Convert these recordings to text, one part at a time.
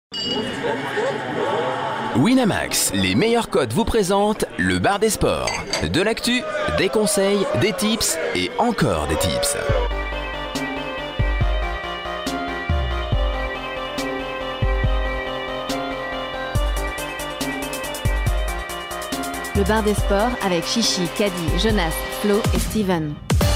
Winamax, les meilleurs codes vous présentent le bar des sports. De l'actu, des conseils, des tips et encore des tips. Le bar des sports avec Chichi, Caddy, Jonas, Flo et Steven.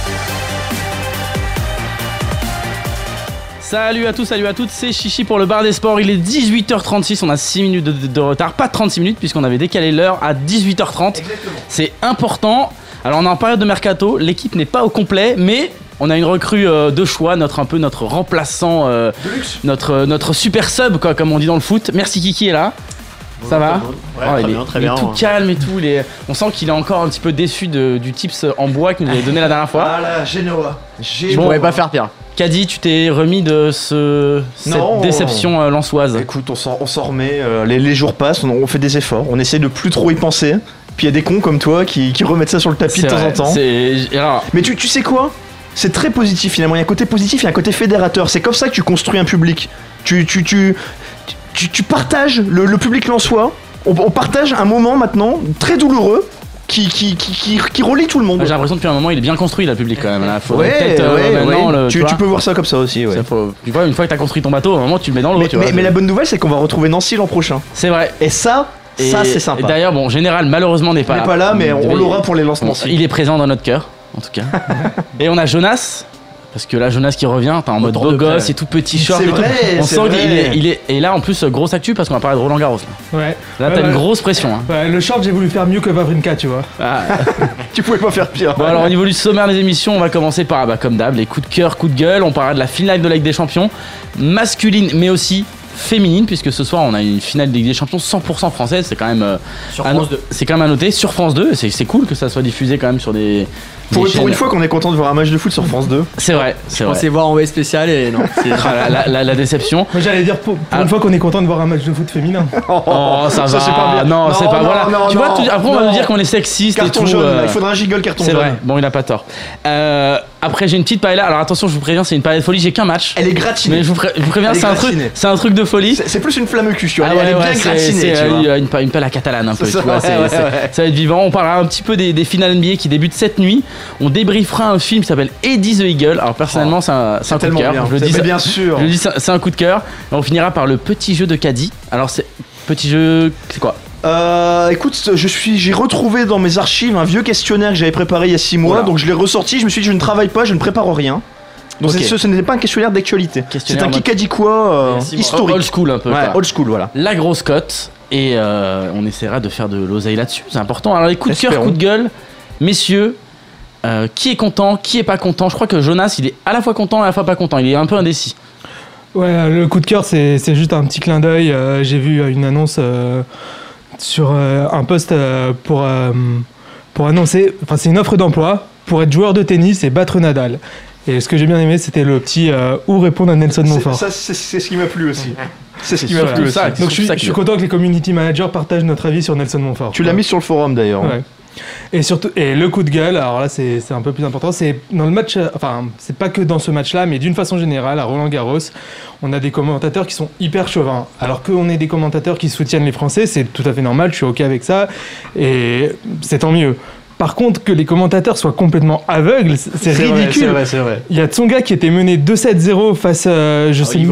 Salut à tous, salut à toutes, c'est Chichi pour le bar des sports. Il est 18h36, on a 6 minutes de retard, pas 36 minutes puisqu'on avait décalé l'heure à 18h30. Exactement. C'est important. Alors on est en période de mercato, l'équipe n'est pas au complet, mais on a une recrue de choix, notre remplaçant, notre super sub quoi, comme on dit dans le foot. Merci Kiki est là. Ça va? Ouais, il est tout calme et tout. On sent qu'il est encore un petit peu déçu du tips en bois qu'il nous avait donné la dernière fois. Ah là, Genoa. Je pourrais pas faire pire. Caddy, tu t'es remis de cette déception lensoise? Écoute, on s'en remet, les jours passent, on fait des efforts, on essaie de plus trop y penser. Puis il y a des cons comme toi qui remettent ça sur le tapis de temps en temps. Mais tu sais quoi? C'est très positif finalement, il y a un côté positif, il y a un côté fédérateur. C'est comme ça que tu construis un public. Tu partages le public lensois. On partage un moment maintenant très douloureux qui relie tout le monde. J'ai l'impression depuis un moment il est bien construit le public quand même. Là, tu peux voir ça comme ça aussi. Ouais. Tu vois, une fois que t'as construit ton bateau, à un moment tu le mets dans l'eau. Mais la bonne nouvelle c'est qu'on va retrouver Nancy l'an prochain. C'est vrai. Et ça c'est sympa. Et d'ailleurs bon, Général malheureusement n'est pas là. Il n'est pas là mais on l'aura pour les lancements. Il est présent dans notre cœur en tout cas. Et on a Jonas. Parce que là, Jonas qui revient, t'es en mode beau gosse et tout petit short et tout. On sent qu'il est. Et là, en plus, grosse actu parce qu'on va parler de Roland Garros. Là, là t'as une grosse pression. Hein. Ouais, le short, j'ai voulu faire mieux que Wawrinka, tu vois. Ah. Tu pouvais pas faire pire. Bon, alors, au niveau du sommaire des émissions, on va commencer par, comme d'hab, les coups de cœur, coups de gueule. On parlera de la finale de la Ligue des Champions, masculine, mais aussi féminine, puisque ce soir, on a une finale de Ligue des Champions 100% française. C'est quand même. Sur France 2. C'est quand même à noter. Sur France 2, c'est cool que ça soit diffusé quand même sur des. Pour une fois qu'on est content de voir un match de foot sur France 2. C'est vrai. Je pensais voir en spécial et non. la déception. Moi j'allais dire pour une fois qu'on est content de voir un match de foot féminin. Oh, ça va. C'est pas bien. Non, c'est pas. Voilà. Tu vois, après on va nous dire qu'on est sexiste et tout. Carton jaune. Il faudra un giggle carton jaune. C'est vrai. Bon, il a pas tort. Après j'ai une petite paella. Alors attention, je vous préviens, c'est une paella de folie. J'ai qu'un match. Elle est gratinée. Mais je vous préviens, c'est un truc de folie. C'est plus une flamme cul. Elle est bien gratinée. C'est une paella catalane un peu. Ça va être vivant. On parlera un petit peu des finales NBA qui débutent cette nuit. On débriefera un film qui s'appelle Eddie the Eagle. Alors personnellement, c'est un coup de cœur. Je le dis bien sûr. Je le dis, c'est un coup de cœur. Et on finira par le petit jeu de Caddy. Alors c'est petit jeu, c'est quoi? Écoute, j'ai retrouvé dans mes archives un vieux questionnaire que j'avais préparé il y a 6 mois, donc je l'ai ressorti. Je me suis dit, je ne travaille pas, je ne prépare rien. Donc ce n'était pas un questionnaire d'actualité. C'est un qui a dit quoi historique. Old school un peu. Ouais, old school, voilà. La grosse cote. Et on essaiera de faire de l'oseille là-dessus. C'est important. Alors les coups de cœur, coups de gueule, messieurs. Qui est content, qui est pas content? Je crois que Jonas, il est à la fois content et à la fois pas content. Il est un peu indécis. Ouais, le coup de cœur, c'est juste un petit clin d'œil. J'ai vu une annonce sur un post pour annoncer. Enfin, c'est une offre d'emploi pour être joueur de tennis et battre Nadal. Et ce que j'ai bien aimé, c'était le petit où répondre à Nelson Montfort. C'est ce qui m'a plu aussi. C'est ce qui m'a plu aussi. Donc je suis content que les community managers partagent notre avis sur Nelson Montfort. Tu l'as mis sur le forum d'ailleurs. Ouais. Et surtout, et le coup de gueule, alors là c'est un peu plus important, c'est dans le match, enfin c'est pas que dans ce match-là, mais d'une façon générale, à Roland Garros, on a des commentateurs qui sont hyper chauvins. Alors qu'on est des commentateurs qui soutiennent les Français, c'est tout à fait normal, je suis ok avec ça, et c'est tant mieux. Par contre, que les commentateurs soient complètement aveugles, c'est ridicule. C'est vrai. Il y a Tsonga qui était mené 2-7-0 face à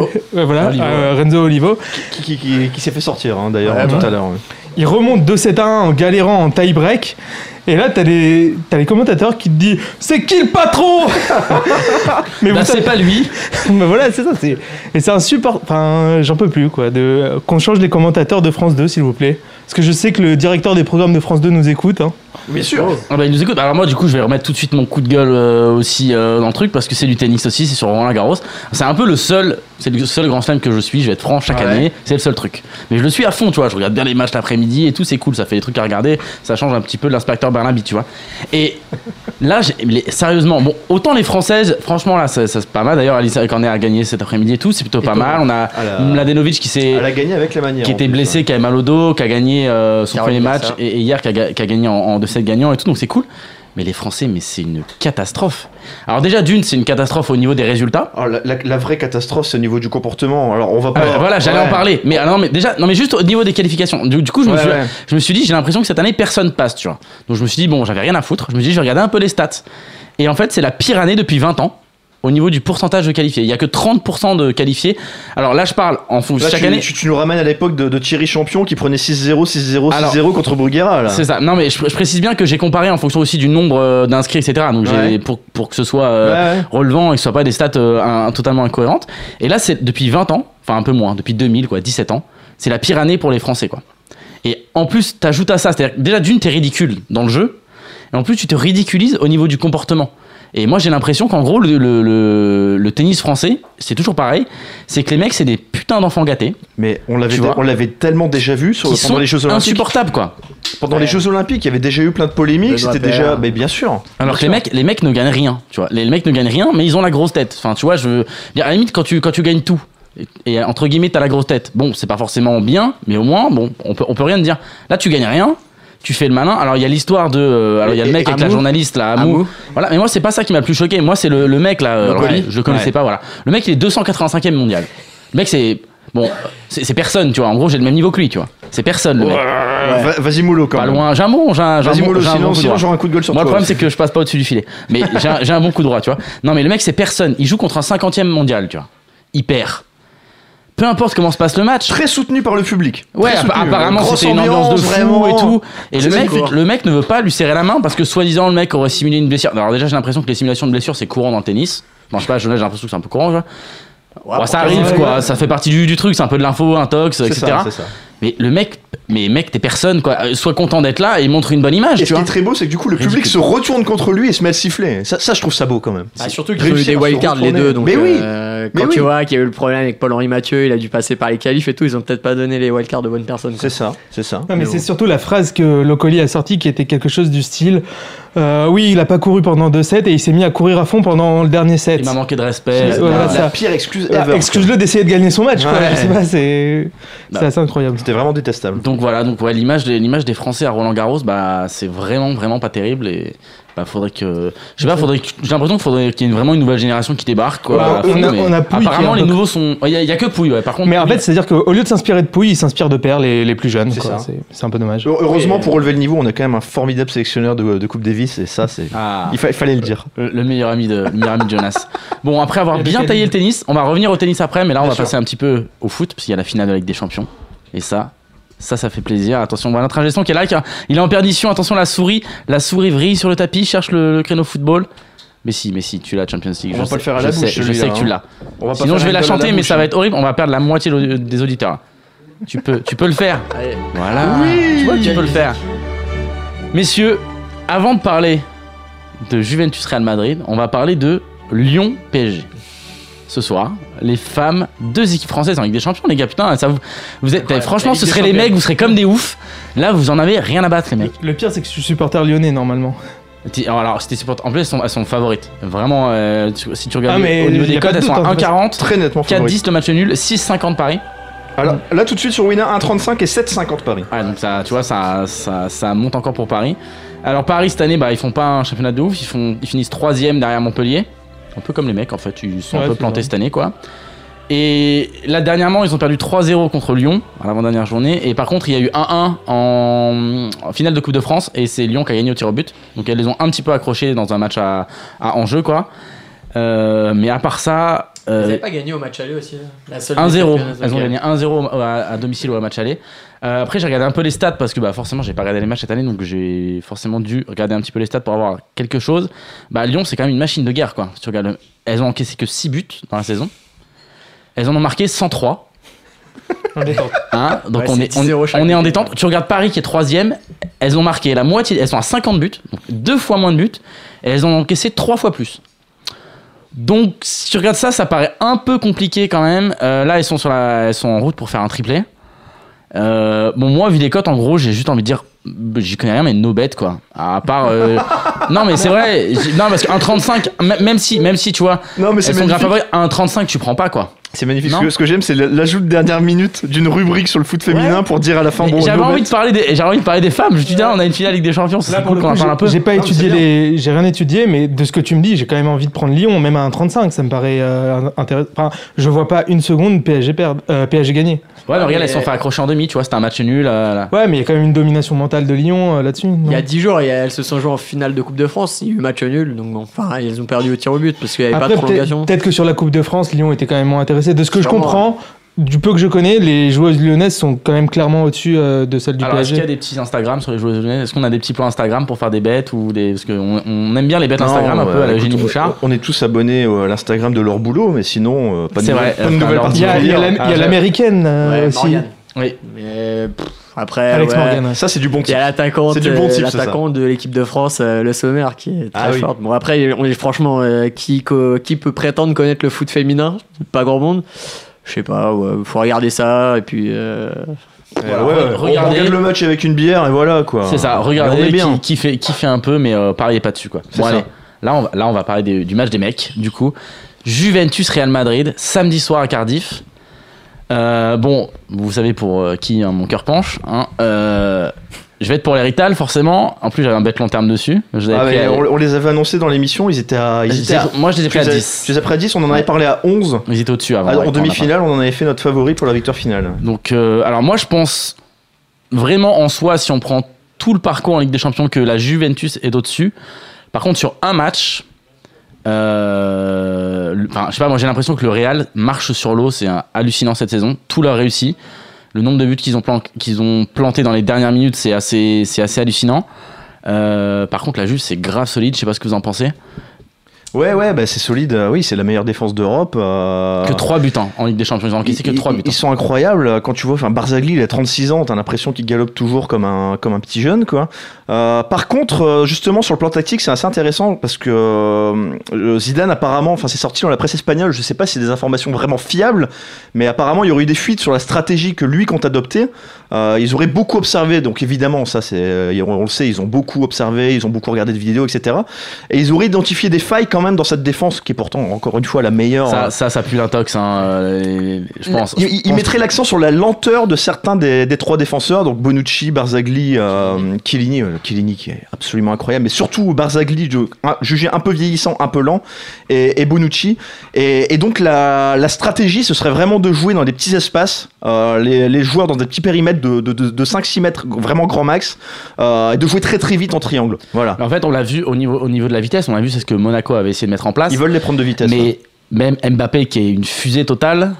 Renzo Olivo. Qui s'est fait sortir d'ailleurs tout à l'heure. Ouais. Il remonte 2-7-1 en galérant en tie-break. Et là, t'as les commentateurs qui te disent « C'est qui le patron ?» Mais c'est pas lui. Mais voilà, c'est ça. Et c'est insupportable. Enfin, j'en peux plus, quoi. Qu'on change les commentateurs de France 2, s'il vous plaît. Parce que je sais que le directeur des programmes de France 2 nous écoute. Hein. Bien sûr. Il nous écoute. Alors moi, du coup, je vais remettre tout de suite mon coup de gueule aussi dans le truc, parce que c'est du tennis aussi, c'est sur Roland Garros. C'est un peu le seul grand slam que je suis, je vais être franc, chaque année, c'est le seul truc. Mais je le suis à fond, tu vois, je regarde bien les matchs l'après-midi et tout, c'est cool, ça fait des trucs à regarder, ça change un petit peu de l'inspecteur Barnaby, tu vois. Et là, sérieusement, bon, autant les Françaises, franchement, là, c'est pas mal. D'ailleurs, Alice Cornet a gagné cet après-midi et tout, c'est plutôt pas mal. On a Mladenovic Elle a gagné avec la manière. Qui était blessé, qui avait mal au dos, qui a gagné son premier match, et hier qui a gagné en 2-7 gagnants et tout, donc c'est cool. Mais les Français, mais c'est une catastrophe. Alors déjà, c'est une catastrophe au niveau des résultats. Alors, la vraie catastrophe, c'est au niveau du comportement. Alors on va pas... voilà, j'allais en parler. Mais juste au niveau des qualifications. Du coup, je me suis dit, j'ai l'impression que cette année, personne passe, tu vois. Donc je me suis dit, bon, j'avais rien à foutre. Je me suis dit, je vais regarder un peu les stats. Et en fait, c'est la pire année depuis 20 ans. Au niveau du pourcentage de qualifiés, il n'y a que 30% de qualifiés. Alors là, je parle en fonction de chaque année. Tu nous ramènes à l'époque de Thierry Champion qui prenait 6-0, 6-0, 6-0 contre Bruguera. Là. C'est ça. Non, mais je précise bien que j'ai comparé en fonction aussi du nombre d'inscrits, etc. Donc pour que ce soit relevant et que ce soit pas des stats totalement incohérentes. Et là, c'est depuis 20 ans, enfin un peu moins, depuis 2000, 17 ans, c'est la pire année pour les Français, quoi. Et en plus, t'ajoutes à ça, c'est-à-dire déjà t'es ridicule dans le jeu, et en plus tu te ridiculises au niveau du comportement. Et moi j'ai l'impression qu'en gros le tennis français c'est toujours pareil, c'est que les mecs c'est des putains d'enfants gâtés. Mais on l'avait tellement déjà vu pendant les Jeux Olympiques. Insupportables quoi. Pendant les Jeux Olympiques il y avait déjà eu plein de polémiques, c'était déjà mais bien sûr. Alors que les mecs ne gagnent rien, tu vois. Les mecs ne gagnent rien mais ils ont la grosse tête. Enfin tu vois, à la limite quand tu gagnes tout et entre guillemets t'as la grosse tête. Bon, c'est pas forcément bien, mais au moins bon, on peut rien te dire. Là tu gagnes rien. Tu fais le malin. Alors il y a l'histoire de alors il y a le mec avec la journaliste là, Amou. Voilà, mais moi c'est pas ça qui m'a le plus choqué. Moi c'est le mec là, je le connaissais pas, voilà. Le mec il est 285e mondial. Le mec c'est personne, tu vois. En gros, j'ai le même niveau que lui, tu vois. C'est personne le mec. Vas-y mollo quand même. Pas loin, j'ai un bon sinon j'aurai un coup de gueule sur moi, toi. Le problème c'est que je passe pas au-dessus du filet. Mais j'ai un bon coup droit, tu vois. Non mais le mec c'est personne, il joue contre un 50e mondial, tu vois. Il perd. Peu importe comment se passe le match. Très soutenu par le public. Ouais, apparemment c'était une ambiance de fou et tout. Et le mec ne veut pas lui serrer la main parce que soi-disant le mec aurait simulé une blessure. Alors déjà j'ai l'impression que les simulations de blessures c'est courant dans le tennis. Bon, je sais pas, j'ai l'impression que c'est un peu courant, tu vois. Ouais, ça arrive quoi, ça fait partie du truc, c'est un peu de l'info, un tox, etc. C'est ça. Mais le mec, t'es personne quoi. Sois content d'être là et montre une bonne image. Et ce qui est très beau, c'est que du coup le public se retourne contre lui et se met à siffler. Ça je trouve ça beau quand même. Surtout qu'ils ont eu des wildcards les deux. Donc, mais oui. Quand tu vois qu'il y a eu le problème avec Paul-Henri Mathieu, il a dû passer par les qualifs et tout, ils ont peut-être pas donné les wildcards de bonnes personnes. C'est ça. Non, mais c'est surtout la phrase que Locoli a sortie qui était quelque chose du style oui, il a pas couru pendant 2 sets et il s'est mis à courir à fond pendant le dernier set. Il m'a manqué de respect. La pire excuse ever. Excuse-le d'essayer de gagner son match. Quoi. Je sais pas, c'est assez incroyable. C'était vraiment détestable. Donc voilà, l'image des Français à Roland-Garros, c'est vraiment pas terrible et faudrait que j'ai l'impression qu'il faudrait qu'il y ait vraiment une nouvelle génération qui débarque quoi. On a Pouille apparemment les nouveaux sont il y a que Pouille par contre. Mais en fait c'est-à-dire qu'au lieu de s'inspirer de Pouille, ils s'inspirent de pairs les plus jeunes quoi. C'est un peu dommage. Heureusement pour relever le niveau, on a quand même un formidable sélectionneur de Coupe Davis et ça c'est il fallait le dire. Le meilleur ami de Jonas. Bon, après avoir bien taillé le tennis, on va revenir au tennis après mais là on va passer un petit peu au foot parce qu'il y a la finale de la Ligue des Champions et ça fait plaisir. Attention, notre ingé son qui est là, il est en perdition. Attention, la souris vrille sur le tapis, cherche le créneau football. Mais si, tu l'as, Champions League. On va pas le faire à la bouche. Je sais que tu l'as. Sinon, je vais la chanter, mais ça va être horrible. On va perdre la moitié des auditeurs. Tu peux le faire. Allez. Voilà. Tu vois que tu peux le faire. Messieurs, avant de parler de Juventus Real Madrid, on va parler de Lyon PSG. Ce soir, les femmes, 2 équipes françaises en Ligue des Champions, les gars, putain, ça vous êtes, franchement, ce serait les mecs, vous serez comme des oufs. Là, vous en avez rien à battre, les mecs. Le pire, c'est que je suis supporter lyonnais normalement. Alors, c'était supporter. En plus, elles sont favorites. Vraiment, si tu regardes au niveau des codes, elles sont à 1,40, très nettement 4,10 le match nul, 6,50 Paris. Alors là, tout de suite sur Winner, 1,35 et 7,50 Paris. Ouais, donc ça, tu vois, ça monte encore pour Paris. Alors, Paris, cette année, ils font pas un championnat de ouf, ils finissent 3ème derrière Montpellier. Un peu comme les mecs en fait, ils sont un peu plantés cette année quoi. Et là dernièrement ils ont perdu 3-0 contre Lyon à l'avant-dernière journée et par contre il y a eu 1-1 en finale de Coupe de France et c'est Lyon qui a gagné au tir au but. Donc elles les ont un petit peu accrochés dans un match à enjeu quoi. Mais à part ça... Vous n'avez pas gagné au match aller aussi 1-0, elles ont gagné 1-0 à domicile ou à match aller. Après j'ai regardé un peu les stats parce que forcément j'ai pas regardé les matchs cette année donc j'ai forcément dû regarder un petit peu les stats pour avoir quelque chose. Lyon c'est quand même une machine de guerre quoi. Si tu regardes, elles ont encaissé que 6 buts dans la saison. Elles en ont marqué 103. En détente. Donc on est en détente. Tu regardes Paris qui est 3ème, elles ont marqué la moitié, elles sont à 50 buts, donc 2 fois moins de buts et elles ont encaissé 3 fois plus. Donc si tu regardes ça paraît un peu compliqué quand même. Là elles sont en route pour faire un triplé. Moi vu les cotes en gros j'ai juste envie de dire j'y connais rien mais no bet quoi à part non mais c'est vrai non parce qu'un 35 même si tu vois non, mais elles sont grave favoris, un 35 tu prends pas quoi C'est magnifique. Ce que j'aime, c'est l'ajout de dernière minute d'une rubrique sur le foot féminin pour dire à la fin. Bon, j'avais envie de parler des femmes. Je me suis dit, on a une finale Ligue des Champions. C'est cool qu'on en parle un peu. J'ai rien étudié, mais de ce que tu me dis, j'ai quand même envie de prendre Lyon, même à 1,35. Ça me paraît intéressant. Enfin, je vois pas une seconde PSG gagner. Ouais, mais regarde, elles se sont fait accrocher en demi. Tu vois, c'était un match nul. Ouais, mais il y a quand même une domination mentale de Lyon là-dessus. Il y a 10 jours, elles se sont jouées en finale de Coupe de France. Il y a eu match nul, donc bon, enfin, elles ont perdu au tir au but parce qu'il n'y avait pas de prolongation. Peut-être que sur la Coupe de France, Lyon était quand même moins intéressé. De ce que je comprends. Du peu que je connais, les joueuses lyonnaises sont quand même clairement au-dessus de celles du PSG. Est-ce qu'il y a des petits Instagram sur les joueuses lyonnaises ? Est-ce qu'on a des petits plans Instagram pour faire des bêtes ou des... Parce qu'on aime bien les bêtes Instagram un peu à la Eugénie Bouchard. On est tous abonnés à l'Instagram de leur boulot, mais sinon, pas de nouvelles particulières. Il y a l'américaine aussi. Oui. Mais après, Alex Morgan. Ça, c'est du bon type. Il y a l'attaquante bon de l'équipe de France, Le Sommer, qui est très forte. Bon, après, franchement, qui peut prétendre connaître le foot féminin ? Pas grand monde. Je sais pas, faut regarder ça et puis. Regardez. On regarde le match avec une bière et voilà quoi. C'est ça, regardez qui fait un peu, mais pariez pas dessus quoi. Bon, allez, là on va parler du match des mecs, du coup. Juventus-Real Madrid, samedi soir à Cardiff. Bon, vous savez pour qui mon cœur penche. Je vais être pour les Rital, forcément. En plus, j'avais un bet long terme dessus. On les avait annoncés dans l'émission. Moi, je les ai pris à 10. Tu les as pris à 10, on en avait parlé à 11. Ils étaient au-dessus avant. En demi-finale, on en avait fait notre favori pour la victoire finale. Donc, alors moi, je pense vraiment en soi, si on prend tout le parcours en Ligue des Champions, que la Juventus est au-dessus. Par contre, sur un match, je sais pas, moi j'ai l'impression que le Real marche sur l'eau. C'est hallucinant cette saison. Tout leur réussit. Le nombre de buts qu'ils ont planté dans les dernières minutes, c'est assez hallucinant. Par contre, la Juve, c'est grave solide. Je sais pas ce que vous en pensez. Ouais, c'est solide. Oui, c'est la meilleure défense d'Europe. Que 3 buts en Ligue des Champions. Ils ont encaissé que 3 buts. Ils sont incroyables. Quand tu vois, Barzagli, il a 36 ans. T'as l'impression qu'il galope toujours comme un petit jeune, quoi. Par contre, justement, sur le plan tactique, c'est assez intéressant parce que Zidane, apparemment, c'est sorti dans la presse espagnole. Je sais pas si c'est des informations vraiment fiables, mais apparemment, il y aurait eu des fuites sur la stratégie que lui compte adopter. Ils auraient beaucoup observé. Donc, évidemment, ça, on le sait, ils ont beaucoup observé, ils ont beaucoup regardé de vidéos, etc. Et ils auraient identifié des failles quand même dans cette défense qui est pourtant encore une fois la meilleure. Ça pue l'intox, je pense. Il mettrait l'accent sur la lenteur de certains des 3 défenseurs, donc Bonucci, Barzagli, Chiellini qui est absolument incroyable, mais surtout Barzagli jugé un peu vieillissant, un peu lent, et Bonucci. Et donc la stratégie, ce serait vraiment de jouer dans des petits espaces, les joueurs dans des petits périmètres de 5-6 mètres, vraiment grand max, et de jouer très très vite en triangle. Voilà. En fait, on l'a vu au niveau de la vitesse, on a vu c'est ce que Monaco avait essayé de mettre en place. Ils veulent les prendre de vitesse. Mais même Mbappé, qui est une fusée totale,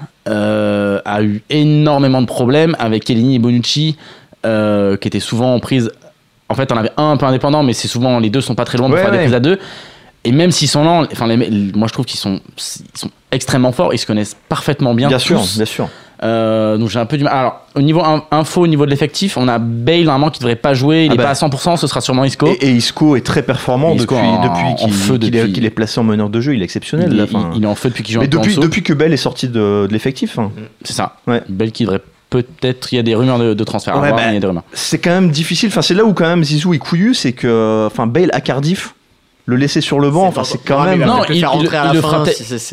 a eu énormément de problèmes avec Chiellini et Bonucci, qui étaient souvent en prise. En fait, on avait un peu indépendant, mais c'est souvent les deux sont pas très loin pour faire des prises à deux. Et même s'ils sont lents, moi je trouve qu'ils sont extrêmement forts, ils se connaissent parfaitement bien. Bien sûr. Donc j'ai un peu du mal. Alors au niveau au niveau de l'effectif, on a Bale normalement qui devrait pas jouer, il est pas à 100%, ce sera sûrement Isco. Et Isco est très performant depuis qu'il est placé en meneur de jeu, il est exceptionnel. Il est en feu depuis qu'il joue. Mais depuis que Bale est sorti de l'effectif. C'est ça. Ouais. Bale qui devrait peut-être, il y a des rumeurs de transfert. Mais il y a des rumeurs. C'est quand même difficile. C'est là où quand même Zizou est couillu, c'est que Bale à Cardiff. Le laisser sur le banc, c'est quand même. Non, il le fera.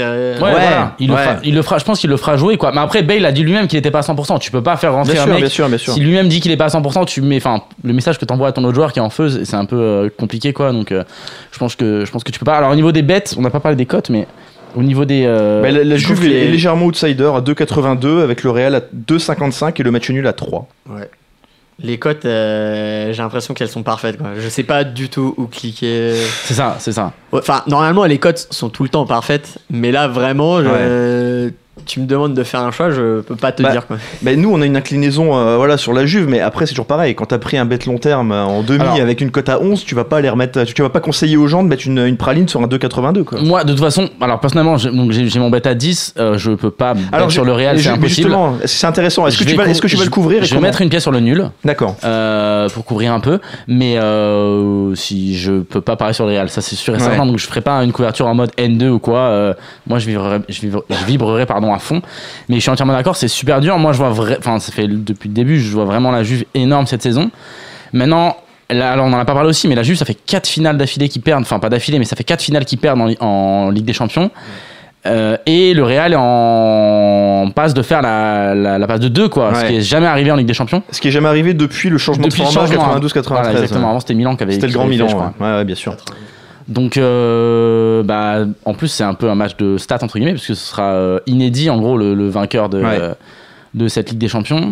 Il le fera. Je pense qu'il le fera jouer, quoi. Mais après, Bale a dit lui-même qu'il n'était pas à 100%. Tu peux pas faire rentrer un mec. Bien sûr. Si lui-même dit qu'il est pas à 100%, tu mets. Le message que t'envoies à ton autre joueur qui est en feu, c'est un peu compliqué, quoi. Donc, je pense que tu peux pas. Alors, au niveau des bets, on n'a pas parlé des cotes, mais au niveau des. La Juve est légèrement outsider à 2,82 avec le Real à 2,55 et le match nul à 3. Ouais. Les cotes, j'ai l'impression qu'elles sont parfaites, quoi. Je sais pas du tout où cliquer. C'est ça. Enfin, normalement, les cotes sont tout le temps parfaites, mais là, vraiment, tu me demandes de faire un choix, je peux pas te dire, quoi. Nous, on a une inclinaison sur la Juve, mais après, c'est toujours pareil. Quand t'as pris un bet long terme en demi avec une cote à 11, tu vas pas les remettre. Tu vas pas conseiller aux gens de mettre une praline sur un 2,82, quoi. Moi, de toute façon, alors personnellement, j'ai mon bet à 10, je peux pas mettre sur le Real, c'est impossible. Justement, c'est intéressant. Est-ce que tu vas le couvrir? Je vais mettre une pièce sur le nul. D'accord. Pour couvrir un peu, mais si je peux pas parier sur le Real, ça c'est sûr et certain. Donc je ferai pas une couverture en mode N2 ou quoi. Moi, je vibrerai à fond, mais je suis entièrement d'accord, c'est super dur. Moi je vois ça fait depuis le début, je vois vraiment la Juve énorme cette saison. Maintenant là, alors on en a pas parlé aussi, mais la Juve, ça fait 4 finales d'affilée qui perdent, enfin pas d'affilée, mais ça fait 4 finales qui perdent en Ligue des Champions. Et le Real est en passe de faire la passe de 2, quoi, ce qui est jamais arrivé en Ligue des Champions. Ce qui est jamais arrivé depuis le changement de format 92-93. Voilà, exactement. Avant, c'était Milan qui avait. C'était le Grand Milan, ouais, bien sûr. Donc, en plus, c'est un peu un match de stats, entre guillemets, parce que ce sera inédit, en gros, le vainqueur de cette Ligue des Champions.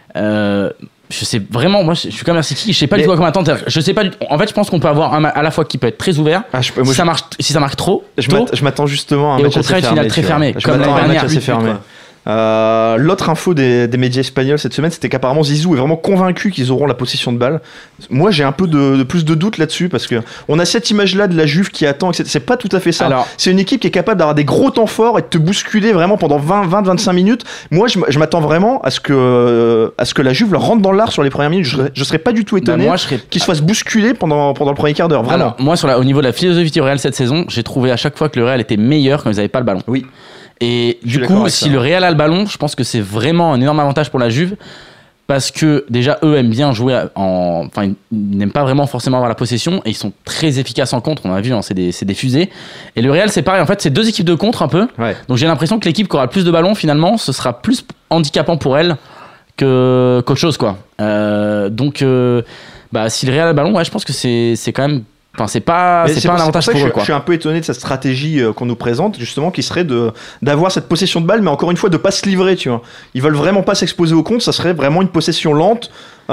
Je sais vraiment, moi je suis comme City, je sais pas du tout à combien attendre. Je sais pas en fait, je pense qu'on peut avoir un match à la fois qui peut être très ouvert. Si ça marque trop, je m'attends justement à un match assez fermé. Et au contraire, une finale très fermée, comme l'année dernière. L'autre info des médias espagnols cette semaine, c'était qu'apparemment Zizou est vraiment convaincu qu'ils auront la possession de balle. Moi, j'ai un peu de plus de doute là-dessus parce que on a cette image-là de la Juve qui attend. C'est pas tout à fait ça. Alors, c'est une équipe qui est capable d'avoir des gros temps forts et de te bousculer vraiment pendant 20-25 minutes. Moi, je m'attends vraiment à ce que la Juve leur rentre dans l'art sur les premières minutes. Je serais pas du tout étonné qu'ils se fassent bousculer pendant le premier quart d'heure. Vraiment. Alors, moi, au niveau de la philosophie du Real cette saison, j'ai trouvé à chaque fois que le Real était meilleur quand ils n'avaient pas le ballon. Oui. Et du coup, si le Real a le ballon, je pense que c'est vraiment un énorme avantage pour la Juve parce que déjà eux aiment bien jouer enfin ils n'aiment pas vraiment forcément avoir la possession et ils sont très efficaces en contre, on a vu, hein, c'est des fusées. Et le Real c'est pareil, en fait c'est deux équipes de contre un peu. Donc j'ai l'impression que l'équipe qui aura le plus de ballons finalement ce sera plus handicapant pour elle qu'autre chose, quoi. Donc si le Real a le ballon, je pense que c'est quand même. Enfin, c'est pas un avantage pour eux, quoi. Je suis un peu étonné de cette stratégie qu'on nous présente, justement, qui serait d'avoir cette possession de balle, mais encore une fois, de pas se livrer, tu vois. Ils veulent vraiment pas s'exposer au contre, ça serait vraiment une possession lente.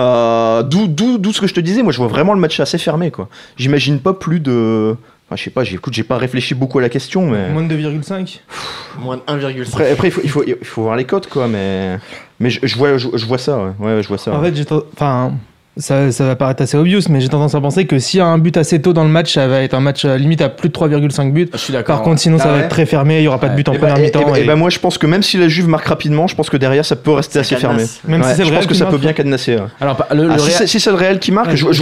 D'où ce que je te disais, moi, je vois vraiment le match assez fermé, quoi. J'imagine pas plus de... Enfin, je sais pas, j'ai pas réfléchi beaucoup à la question, mais... Moins de 2,5 Moins de 1,5. Après, il faut voir les cotes, quoi, mais je vois ça, ouais, je vois ça. En fait, ça va paraître assez obvious, mais j'ai tendance à penser que s'il y a un but assez tôt dans le match, ça va être un match limite à plus de 3,5 buts. Je suis d'accord. Par contre, sinon, ça va être très fermé, il n'y aura pas de but en première mi-temps. Et moi, je pense que même si la Juve marque rapidement, je pense que derrière, ça peut rester assez fermé. Même si c'est le Real, je pense que ça peut bien cadenasser. Alors, si c'est le Real qui marque, je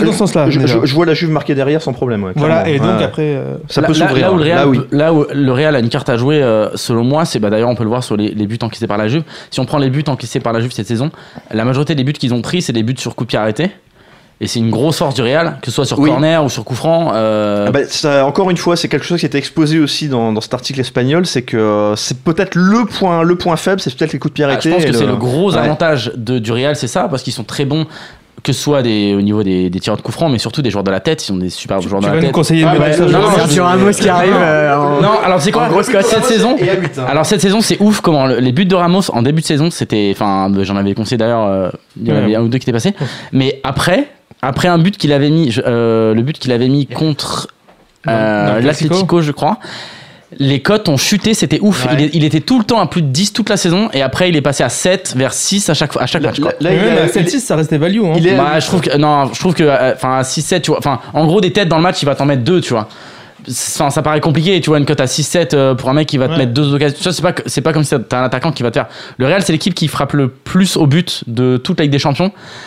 vois la Juve marquer derrière sans problème. Voilà, et donc après. Ça peut s'ouvrir. Là où le Real a une carte à jouer, selon moi, c'est d'ailleurs, on peut le voir sur les buts encaissés par la Juve. Si on prend les buts encaissés par la Juve cette saison, la majorité des buts qu'ils ont pris, c'est des buts sur coup de pied arrêté. Et c'est une grosse force du Real, que ce soit sur corner ou sur coup franc. Ça, encore une fois, c'est quelque chose qui était exposé aussi dans cet article espagnol, c'est que c'est peut-être le point faible, c'est peut-être les coups de pied arrêtés. Je pense que c'est le gros avantage du Real, c'est ça, parce qu'ils sont très bons. Que ce soit au niveau des tireurs de coups francs, mais surtout des joueurs de la tête, ils sont des super joueurs de la tête. Tu vas nous conseiller sur un mot qui arrive. Non, alors c'est quoi cette saison? Alors cette saison, c'est ouf comment les buts de Ramos en début de saison, c'était, enfin, j'en avais conseillé d'ailleurs, il y en avait un ou deux qui étaient passés, mais après un but qu'il avait mis, le but qu'il avait mis contre l'Atlético, je crois. Les cotes ont chuté, c'était ouf. Ouais. Il était tout le temps à plus de 10 toute la saison et après il est passé à 7 vers 6 à chaque match. Là, à 7-6, ça restait value. Hein. Je trouve que à 6-7, tu vois, enfin, en gros, des têtes dans le match, il va t'en mettre 2, tu vois. Enfin, ça paraît compliqué, tu vois, une cote à 6-7 pour un mec qui va te mettre 2 occasions. C'est pas comme si t'as un attaquant qui va te faire. Le Real, c'est l'équipe qui frappe le plus au but de toute la Ligue des Champions.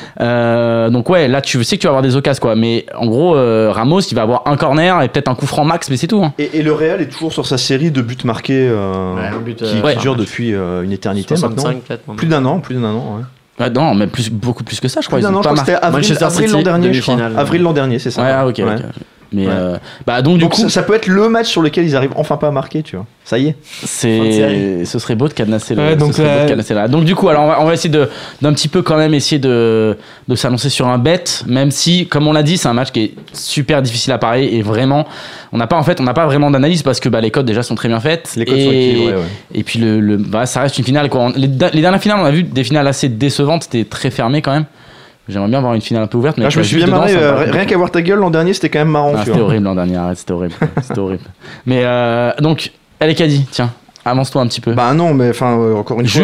Donc, ouais, là, tu sais que tu vas avoir des occasions, quoi. Mais en gros, Ramos, il va avoir un corner et peut-être un coup franc max, mais c'est tout. Hein. Et le Real est toujours sur sa série de buts marqués qui dure depuis une éternité maintenant. Plus d'un an, ouais. Non, mais beaucoup plus que ça, je crois. Plus d'un an, je crois que c'était avril l'an dernier, je crois. Avril l'an dernier, c'est ça. Ouais, ok. Mais donc du coup ça peut être le match sur lequel ils arrivent enfin pas à marquer, tu vois. Ça y est. Ce serait beau de cadenasser là. Donc du coup, alors on va essayer d'un petit peu quand même essayer de s'annoncer sur un bet, même si comme on l'a dit, c'est un match qui est super difficile à parier et vraiment on n'a pas vraiment d'analyse parce que les cotes déjà sont très bien faites. Les cotes sont équilibrées, et puis ça reste une finale, quoi. Les dernières finales, on a vu des finales assez décevantes, c'était très fermé quand même. J'aimerais bien avoir une finale un peu ouverte. Mais je me suis bien marré, rien qu'à voir ta gueule l'an dernier, c'était quand même marrant. C'était horrible l'an dernier, arrête, c'était horrible. Mais donc, allez Caddy, tiens, avance-toi un petit peu. Non, mais enfin, encore une fois.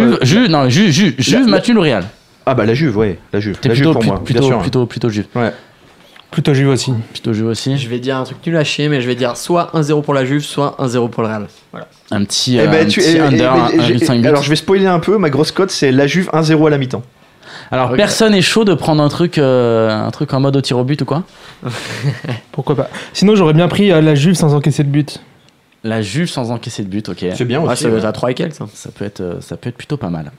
Juve, Mathieu, le Real. Ah la Juve, ouais, la Juve. T'es la plutôt, Juve pour moi, plutôt Juve. Ouais. Plutôt Juve aussi. Je vais dire un truc nul à chier, mais je vais dire soit 1-0 pour la Juve, soit 1-0 pour le Real. Voilà. Un petit under, 1,5 but. Alors je vais spoiler un peu, ma grosse cote c'est la Juve 1-0 à la mi-temps. Alors personne est chaud de prendre un truc en mode au tir au but ou quoi? Pourquoi pas. Sinon j'aurais bien pris la Juve sans encaisser de but. La Juve sans encaisser de but, ok. C'est bien aussi. Ça doit être à 3 et quelques. Ça peut être plutôt pas mal.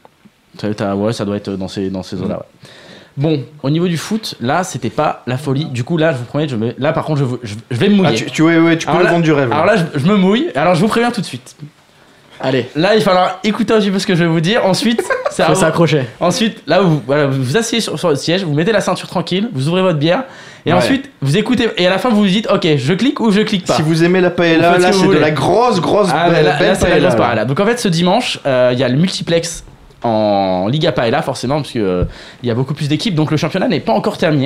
Ça doit être dans ces eaux-là. Ouais. Bon, au niveau du foot, là c'était pas la folie. Du coup là, je vous promets, là par contre je vais me mouiller. Tu peux le vendre du rêve. Alors là, je me mouille. Alors je vous préviens tout de suite. Allez. Là, il va falloir écouter un petit peu ce que je vais vous dire. Ensuite, faut s'accrocher. Ensuite, là, vous vous asseyez sur le siège, vous mettez la ceinture tranquille, vous ouvrez votre bière. Et ensuite, vous écoutez. Et à la fin, vous vous dites, ok, je clique ou je clique pas. Si vous aimez la paella, là, c'est de la grosse belle paella. Donc en fait, ce dimanche, il y a le multiplex en Liga Paella, forcément, parce qu'il y a beaucoup plus d'équipes. Donc le championnat n'est pas encore terminé.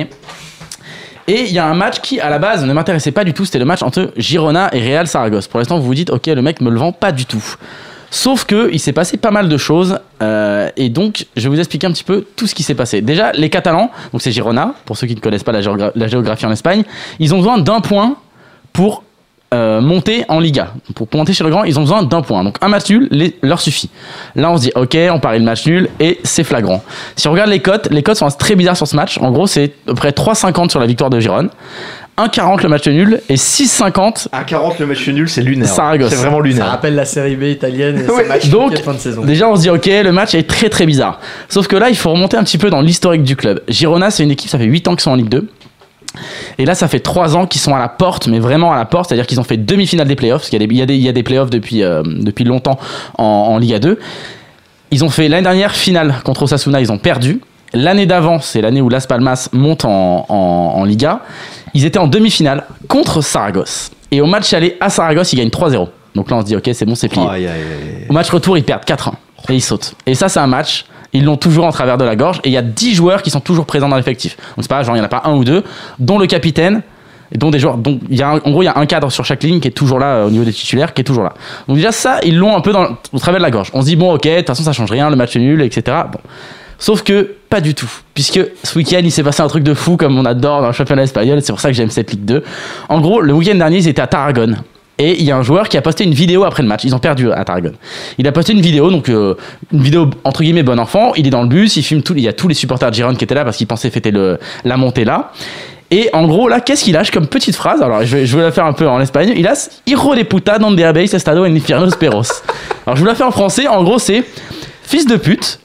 Et il y a un match qui, à la base, ne m'intéressait pas du tout. C'était le match entre Girona et Real Saragosse. Pour l'instant, vous vous dites, ok, le mec me le vend pas du tout. Sauf que il s'est passé pas mal de choses. Et donc, je vais vous expliquer un petit peu tout ce qui s'est passé. Déjà, les Catalans, donc c'est Girona, pour ceux qui ne connaissent pas la géographie en Espagne, ils ont besoin d'un point pour monter en Liga. Pour monter sur le grand, ils ont besoin d'un point. Donc un match nul leur suffit. Là, on se dit, ok, on parie le match nul et c'est flagrant. Si on regarde les cotes sont très bizarres sur ce match. En gros, c'est à peu près 3,50 sur la victoire de Girona, 1,40 le match nul et 6,50. 1,40 le match nul, c'est lunaire. Saragosse. C'est vraiment lunaire. Ça rappelle la série B italienne et ce match donc, de fin de saison. Déjà, on se dit, ok, le match est très très bizarre. Sauf que là, il faut remonter un petit peu dans l'historique du club. Girona, c'est une équipe, ça fait 8 ans qu'ils sont en Ligue 2. Et là, ça fait 3 ans qu'ils sont à la porte, mais vraiment à la porte, c'est-à-dire qu'ils ont fait demi-finale des playoffs, parce qu'il y a des playoffs depuis longtemps en Liga 2. Ils ont fait l'année dernière finale contre Osasuna, ils ont perdu. L'année d'avant, c'est l'année où Las Palmas monte en Liga. Ils étaient en demi-finale contre Saragosse. Et au match aller à Saragosse, ils gagnent 3-0. Donc là, on se dit, ok, c'est bon, c'est plié. Au match retour, ils perdent 4-1. Et ils sautent. Et ça, c'est un match... Ils l'ont toujours en travers de la gorge et il y a 10 joueurs qui sont toujours présents dans l'effectif. Donc c'est pas genre il y en a pas un ou deux, dont le capitaine et dont des joueurs. Donc il y a en gros il y a un cadre sur chaque ligne qui est toujours là au niveau des titulaires, qui est toujours là. Donc déjà ça ils l'ont un peu au travers de la gorge. On se dit bon ok de toute façon ça change rien, le match est nul etc. Bon. Sauf que pas du tout, puisque ce week-end il s'est passé un truc de fou comme on adore dans le championnat espagnol. C'est pour ça que j'aime cette Ligue 2. En gros le week-end dernier ils étaient à Tarragone. Et il y a un joueur qui a posté une vidéo après le match. Ils ont perdu à Tarragone. Il a posté une vidéo, donc une vidéo entre guillemets bon enfant. Il est dans le bus, il filme tout. Il y a tous les supporters de Girona qui étaient là parce qu'ils pensaient fêter la montée là. Et en gros là, qu'est-ce qu'il lâche comme petite phrase? Alors je vais la faire un peu en espagnol. Il lâche "Hijo de puta donde habéis estado en infiernos perros". Alors je vous la fais en français. En gros c'est "Fils de pute.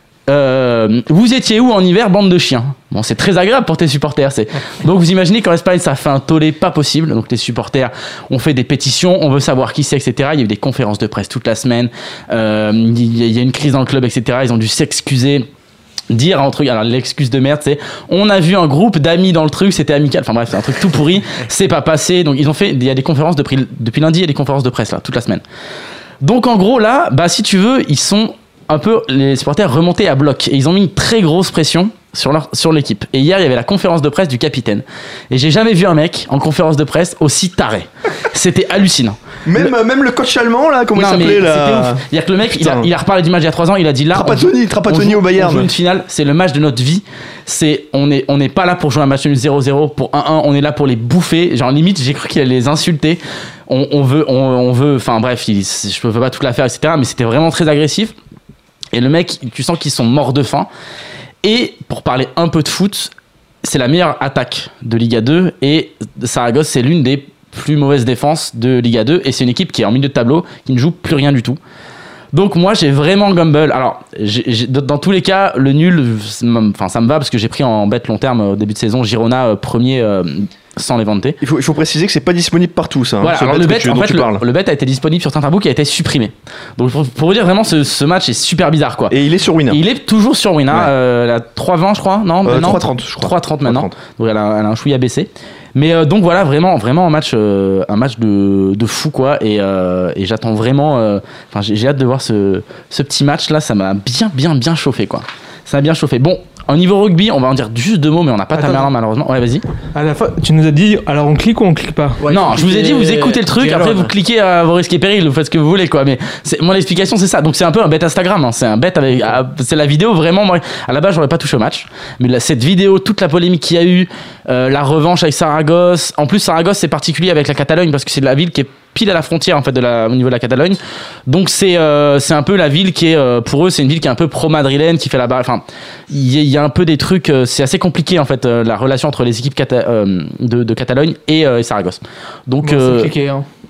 Vous étiez où en hiver, bande de chiens?" Bon, c'est très agréable pour tes supporters. Donc vous imaginez qu'en Espagne ça fait un tollé pas possible. Donc les supporters ont fait des pétitions, on veut savoir qui c'est, etc. Il y a eu des conférences de presse toute la semaine. Il y a une crise dans le club, etc. Ils ont dû s'excuser. Dire un truc, alors l'excuse de merde c'est on a vu un groupe d'amis dans le truc, c'était amical, enfin bref c'est un truc tout pourri, c'est pas passé. Donc ils ont fait, il y a des conférences depuis lundi, il y a des conférences de presse là toute la semaine. Donc en gros là, bah si tu veux, ils sont un peu les supporters remontés à bloc et ils ont mis une très grosse pression sur l'équipe. Et hier il y avait la conférence de presse du capitaine et j'ai jamais vu un mec en conférence de presse aussi taré. C'était hallucinant. Même le coach allemand là, comment il s'appelait là? C'était ouf. C'est-à-dire que le mec il a reparlé du match il y a 3 ans, il a dit là Trapattoni au Bayern. On joue une finale, c'est le match de notre vie. On n'est pas là pour jouer un match nul 0-0 pour 1-1, on est là pour les bouffer. Genre limite j'ai cru qu'il allait les insulter. On veut enfin bref, je peux pas tout la faire etc. Mais c'était vraiment très agressif. Et le mec, tu sens qu'ils sont morts de faim. Et pour parler un peu de foot, c'est la meilleure attaque de Liga 2 et Saragosse c'est l'une des plus mauvaises défenses de Liga 2 et c'est une équipe qui est en milieu de tableau, qui ne joue plus rien du tout. Donc moi j'ai vraiment gamble. Alors dans tous les cas le nul, enfin ça me va parce que j'ai pris en bet long terme au début de saison Girona premier sans les vanter. Il faut préciser que c'est pas disponible partout ça. Voilà, alors le bet le bet a été disponible sur Tintabook qui a été supprimé. Donc pour vous dire vraiment ce match est super bizarre quoi. Et il est sur Wina. Il est toujours sur Wina, la 3,20 je crois, non 3,30 je crois. 3,30 maintenant. 3,30. Donc elle a un chouïa baissé. Mais donc voilà vraiment un match de fou quoi et j'attends vraiment j'ai hâte de voir ce petit match là, ça m'a bien chauffé quoi. Ça m'a bien chauffé. Bon, au niveau rugby, on va en dire juste 2 mots mais on n'a pas Tamerlan malheureusement. Ouais, vas-y. À la fois, tu nous as dit alors on clique ou on clique pas? Ouais, non, je vous ai dit vous écoutez le truc, après vous cliquez à vos risques et périls, vous faites ce que vous voulez quoi, mais mon explication c'est ça. Donc c'est un peu un bet Instagram, hein. C'est un bet avec c'est la vidéo vraiment moi à la base j'aurais pas touché au match, mais là, cette vidéo, toute la polémique qu'il y a eu, la revanche avec Saragosse. En plus Saragosse c'est particulier avec la Catalogne parce que c'est la ville qui est pile à la frontière en fait au niveau de la Catalogne. Donc c'est un peu la ville qui est pour eux c'est une ville qui est un peu pro-madrilène qui fait la barre. Enfin il y a un peu des trucs c'est assez compliqué en fait la relation entre les équipes de Catalogne et Saragosse. Donc bon, c'est cliqué, hein.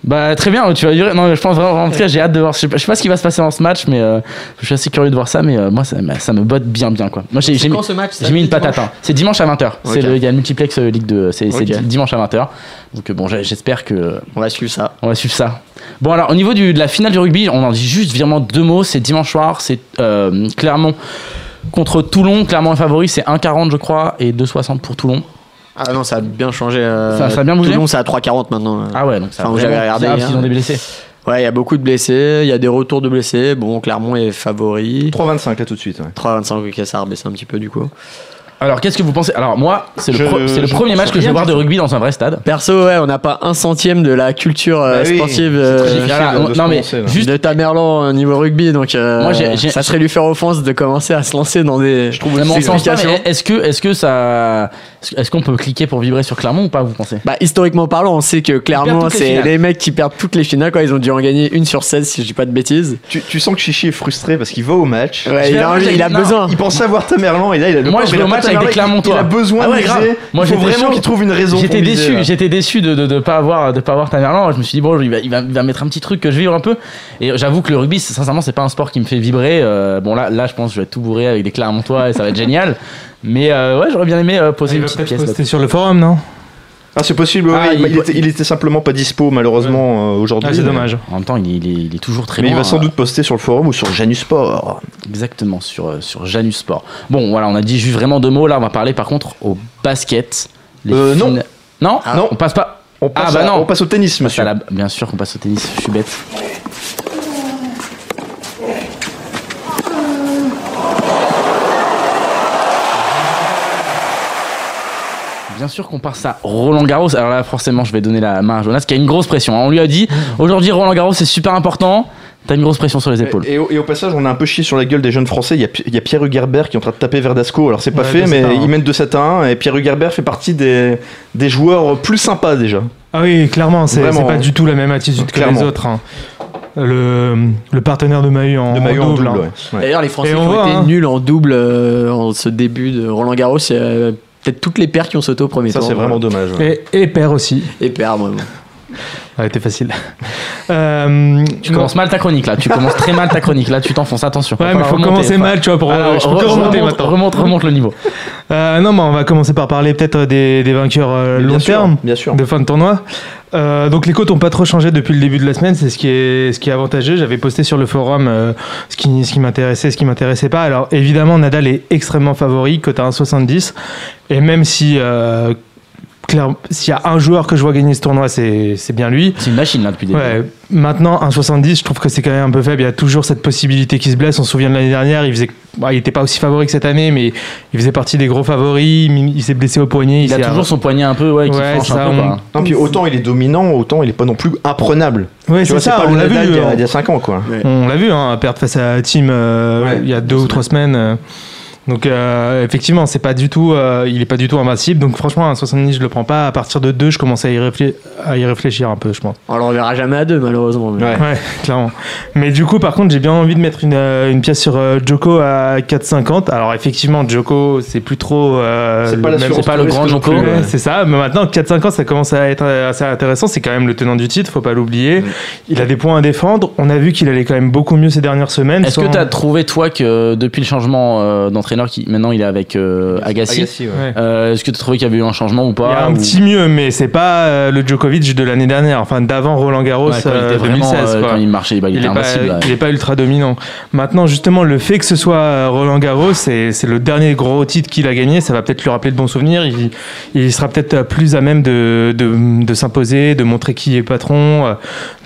Bah très bien, tu vas durer. Non, je pense vraiment. En tout cas, j'ai hâte de voir. Je sais pas ce qui va se passer dans ce match, mais je suis assez curieux de voir ça. Mais moi, ça me botte bien, quoi. Moi, j'ai mis une patate. Hein. C'est dimanche à 20h. Okay. Il y a le multiplex Ligue 2. C'est dimanche à 20h. Donc bon, j'espère que. On va suivre ça. Bon, alors au niveau de la finale du rugby, on en dit juste vraiment 2 mots. C'est dimanche soir. C'est Clermont contre Toulon. Clermont est favori. C'est 1,40 je crois et 2,60 pour Toulon. Ah non, ça a bien changé. Ça a bien bougé. Toulon, c'est à 3,40 maintenant. Ah ouais, donc ça. J'avais regardé. Ils ont des blessés. Ouais, il y a beaucoup de blessés. Il y a des retours de blessés. Bon, Clermont est favori. 3,25 là tout de suite. Ouais. 3,25, ok, ça a rebaissé un petit peu du coup. Alors, qu'est-ce que vous pensez? Alors, moi, c'est le premier match que je vais voir de rugby dans un vrai stade. Perso, ouais, on n'a pas 1/100 de la culture sportive de Tamerlan au niveau rugby, donc moi, ça serait lui faire offense de commencer à se lancer dans des. Je trouve vraiment sens pas, mais est-ce qu'on peut cliquer pour vibrer sur Clermont ou pas, vous pensez? Bah, historiquement parlant, on sait que Clermont, c'est les mecs qui perdent toutes les finales, quoi. Ils ont dû en gagner 1 sur 16, si je dis pas de bêtises. Tu sens que Chichi est frustré parce qu'il va au match. Ouais, il a besoin. Il pensait avoir Tamerlan et là, il a le Moi, je vais au match avec des Clermontois. Il a besoin de miser. Moi, il faut vraiment qu'il trouve une raison. J'étais déçu de pas avoir Tamerlan. Je me suis dit bon, il va mettre un petit truc que je vivre un peu. Et j'avoue que le rugby, sincèrement, c'est pas un sport qui me fait vibrer. Bon là, je pense que je vais être tout bourré avec des Clermontois et ça va être génial. Mais ouais, j'aurais bien aimé poser une petite pièce. C'était sur le forum, non? Ah, c'est possible, il était simplement pas dispo malheureusement aujourd'hui. Ah, c'est dommage. En même temps, il est toujours très loin. Mais il va sans doute poster sur le forum ou sur Janus Sport. Exactement, sur Janus Sport. Bon, voilà, on a dit juste vraiment 2 mots. Là, on va parler par contre au basket. Non. Non, on passe pas. On passe au tennis, monsieur. Bien sûr qu'on passe au tennis, je suis bête. Bien sûr qu'on passe à Roland Garros. Alors là, forcément, je vais donner la main à Jonas qui a une grosse pression. On lui a dit aujourd'hui, Roland Garros, c'est super important. T'as une grosse pression sur les épaules. Et au passage, on a un peu chié sur la gueule des jeunes Français. Il y a Pierre Hugerbert qui est en train de taper Verdasco. Alors, c'est pas fait, mais il mène 2-7-1. Et Pierre Hugerbert fait partie des joueurs plus sympas déjà. Ah oui, clairement, c'est pas du tout la même attitude que les autres. Hein. Le partenaire de Mahut en double. Ouais. D'ailleurs, les Français qui ont été nuls en double en ce début de Roland Garros, c'est peut-être toutes les paires qui ont sauté au premier tour. Ça, c'est vraiment dommage. Ouais. Et paires aussi. Et paires, vraiment. Ouais, c'était facile. Tu commences mal ta chronique là, tu commences très mal ta chronique là, tu t'enfonces, attention. Ouais, mais il faut commencer mal, tu vois, pour remonter maintenant. Remonte le niveau. Non, mais on va commencer par parler peut-être des vainqueurs long terme, bien sûr. de fin de tournoi. Donc les cotes n'ont pas trop changé depuis le début de la semaine, c'est ce qui est avantageux. J'avais posté sur le forum ce qui m'intéressait, ce qui m'intéressait pas. Alors évidemment, Nadal est extrêmement favori, cote à 1,70. Et même si s'il y a un joueur que je vois gagner ce tournoi, c'est bien lui. C'est une machine là depuis des ouais. Maintenant, 1,70, je trouve que c'est quand même un peu faible. Il y a toujours cette possibilité qu'il se blesse. On se souvient de l'année dernière, il n'était pas aussi favori que cette année, mais il faisait partie des gros favoris. Il s'est blessé au poignet. Il a toujours son poignet un peu, qui franche un peu. Non, puis autant il est dominant, autant il est pas non plus imprenable. Ouais, c'est ça. On l'a vu il y a 5 ans, quoi. Ouais. On l'a vu, perdre face à Team il y a 2 ou 3 semaines. Donc effectivement, c'est pas du tout, il est pas du tout invincible. Donc franchement, à 70, je le prends pas. À partir de 2, je commence à y réfléchir un peu, je pense. On le reverra jamais à 2, malheureusement. Mais... Ouais, clairement. Mais du coup, par contre, j'ai bien envie de mettre une pièce sur Djoko à 4,50. Alors effectivement, Djoko, c'est plus trop. C'est pas le grand Djoko. C'est ça. Mais maintenant, 4,50, ça commence à être assez intéressant. C'est quand même le tenant du titre, faut pas l'oublier. Il a des points à défendre. On a vu qu'il allait quand même beaucoup mieux ces dernières semaines. Est-ce que tu as trouvé, toi, que depuis le changement d'entraîneur, qui maintenant il est avec Agassi, est-ce que tu as trouvé qu'il y avait eu un changement ou pas? Il y a un petit mieux, mais c'est pas le Djokovic de l'année dernière, enfin d'avant Roland Garros 2016. Quand il marchait, il était invincible. Il n'est pas ultra dominant. Maintenant, justement, le fait que ce soit Roland Garros, c'est le dernier gros titre qu'il a gagné, ça va peut-être lui rappeler de bons souvenirs. Il sera peut-être plus à même de s'imposer, de montrer qui est patron,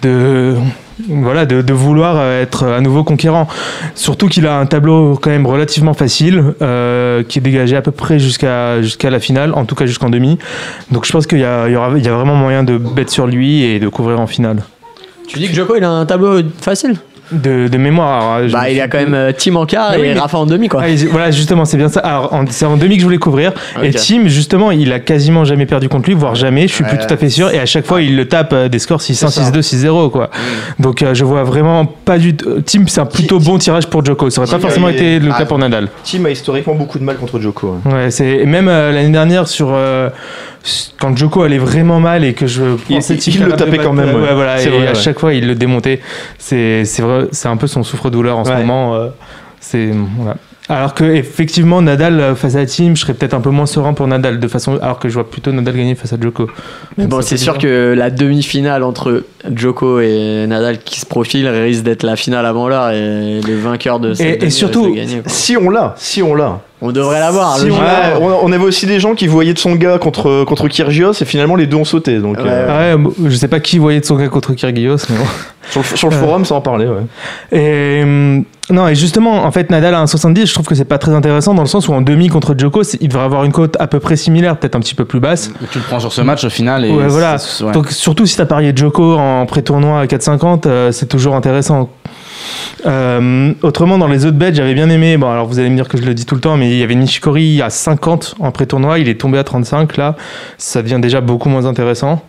de vouloir être à nouveau conquérant. Surtout qu'il a un tableau quand même relativement facile, qui est dégagé à peu près jusqu'à la finale, en tout cas jusqu'en demi. Donc je pense qu'il y a vraiment moyen de bet sur lui et de couvrir en finale. Tu dis que Djoko il a un tableau facile? De mémoire. Il y a quand même Tim en quart et Rafa en demi, quoi. Voilà, justement, c'est bien ça. Alors, c'est en demi que je voulais couvrir. Okay. Et Tim, justement, il a quasiment jamais perdu contre lui, voire jamais. Je suis plus tout à fait sûr. Et à chaque fois, il le tape des scores 6-1, 6-2, 6-0, quoi. Donc, je vois vraiment pas du tout. Tim, c'est un plutôt bon tirage pour Djoko. Ça aurait pas forcément été le cas pour Nadal. Tim a historiquement beaucoup de mal contre Djoko. Ouais, c'est même l'année dernière quand Djoko allait vraiment mal et que je pensais il le tapait quand même. Voilà, et vrai, à chaque fois, il le démontait. C'est vrai, c'est un peu son souffre-douleur en ce moment. Voilà. Alors que effectivement Nadal face à Tim, je serais peut-être un peu moins serein pour Nadal alors que je vois plutôt Nadal gagner face à Djoko. Mais bon, c'est sûr que la demi-finale entre Djoko et Nadal qui se profile risque d'être la finale avant l'heure et les vainqueurs de cette et surtout gagner, si on l'a. On devrait l'avoir. On avait aussi des gens qui voyaient Tsonga contre Kyrgios et finalement les deux ont sauté. Donc, je sais pas qui voyait Tsonga contre Kyrgios, mais bon. sur le forum, ça en parlait. Ouais. Et justement, en fait, Nadal à 1,70, je trouve que c'est pas très intéressant dans le sens où en demi contre Djoko, il devrait avoir une cote à peu près similaire, peut-être un petit peu plus basse. Et tu le prends sur ce match au final. Et voilà. Donc surtout si t'as parié Djoko en pré-tournoi à 4,50, c'est toujours intéressant. Autrement, dans les autres bets, j'avais bien aimé. Bon, alors vous allez me dire que je le dis tout le temps, mais il y avait Nishikori à 50 en pré-tournoi, il est tombé à 35 là. Ça devient déjà beaucoup moins intéressant.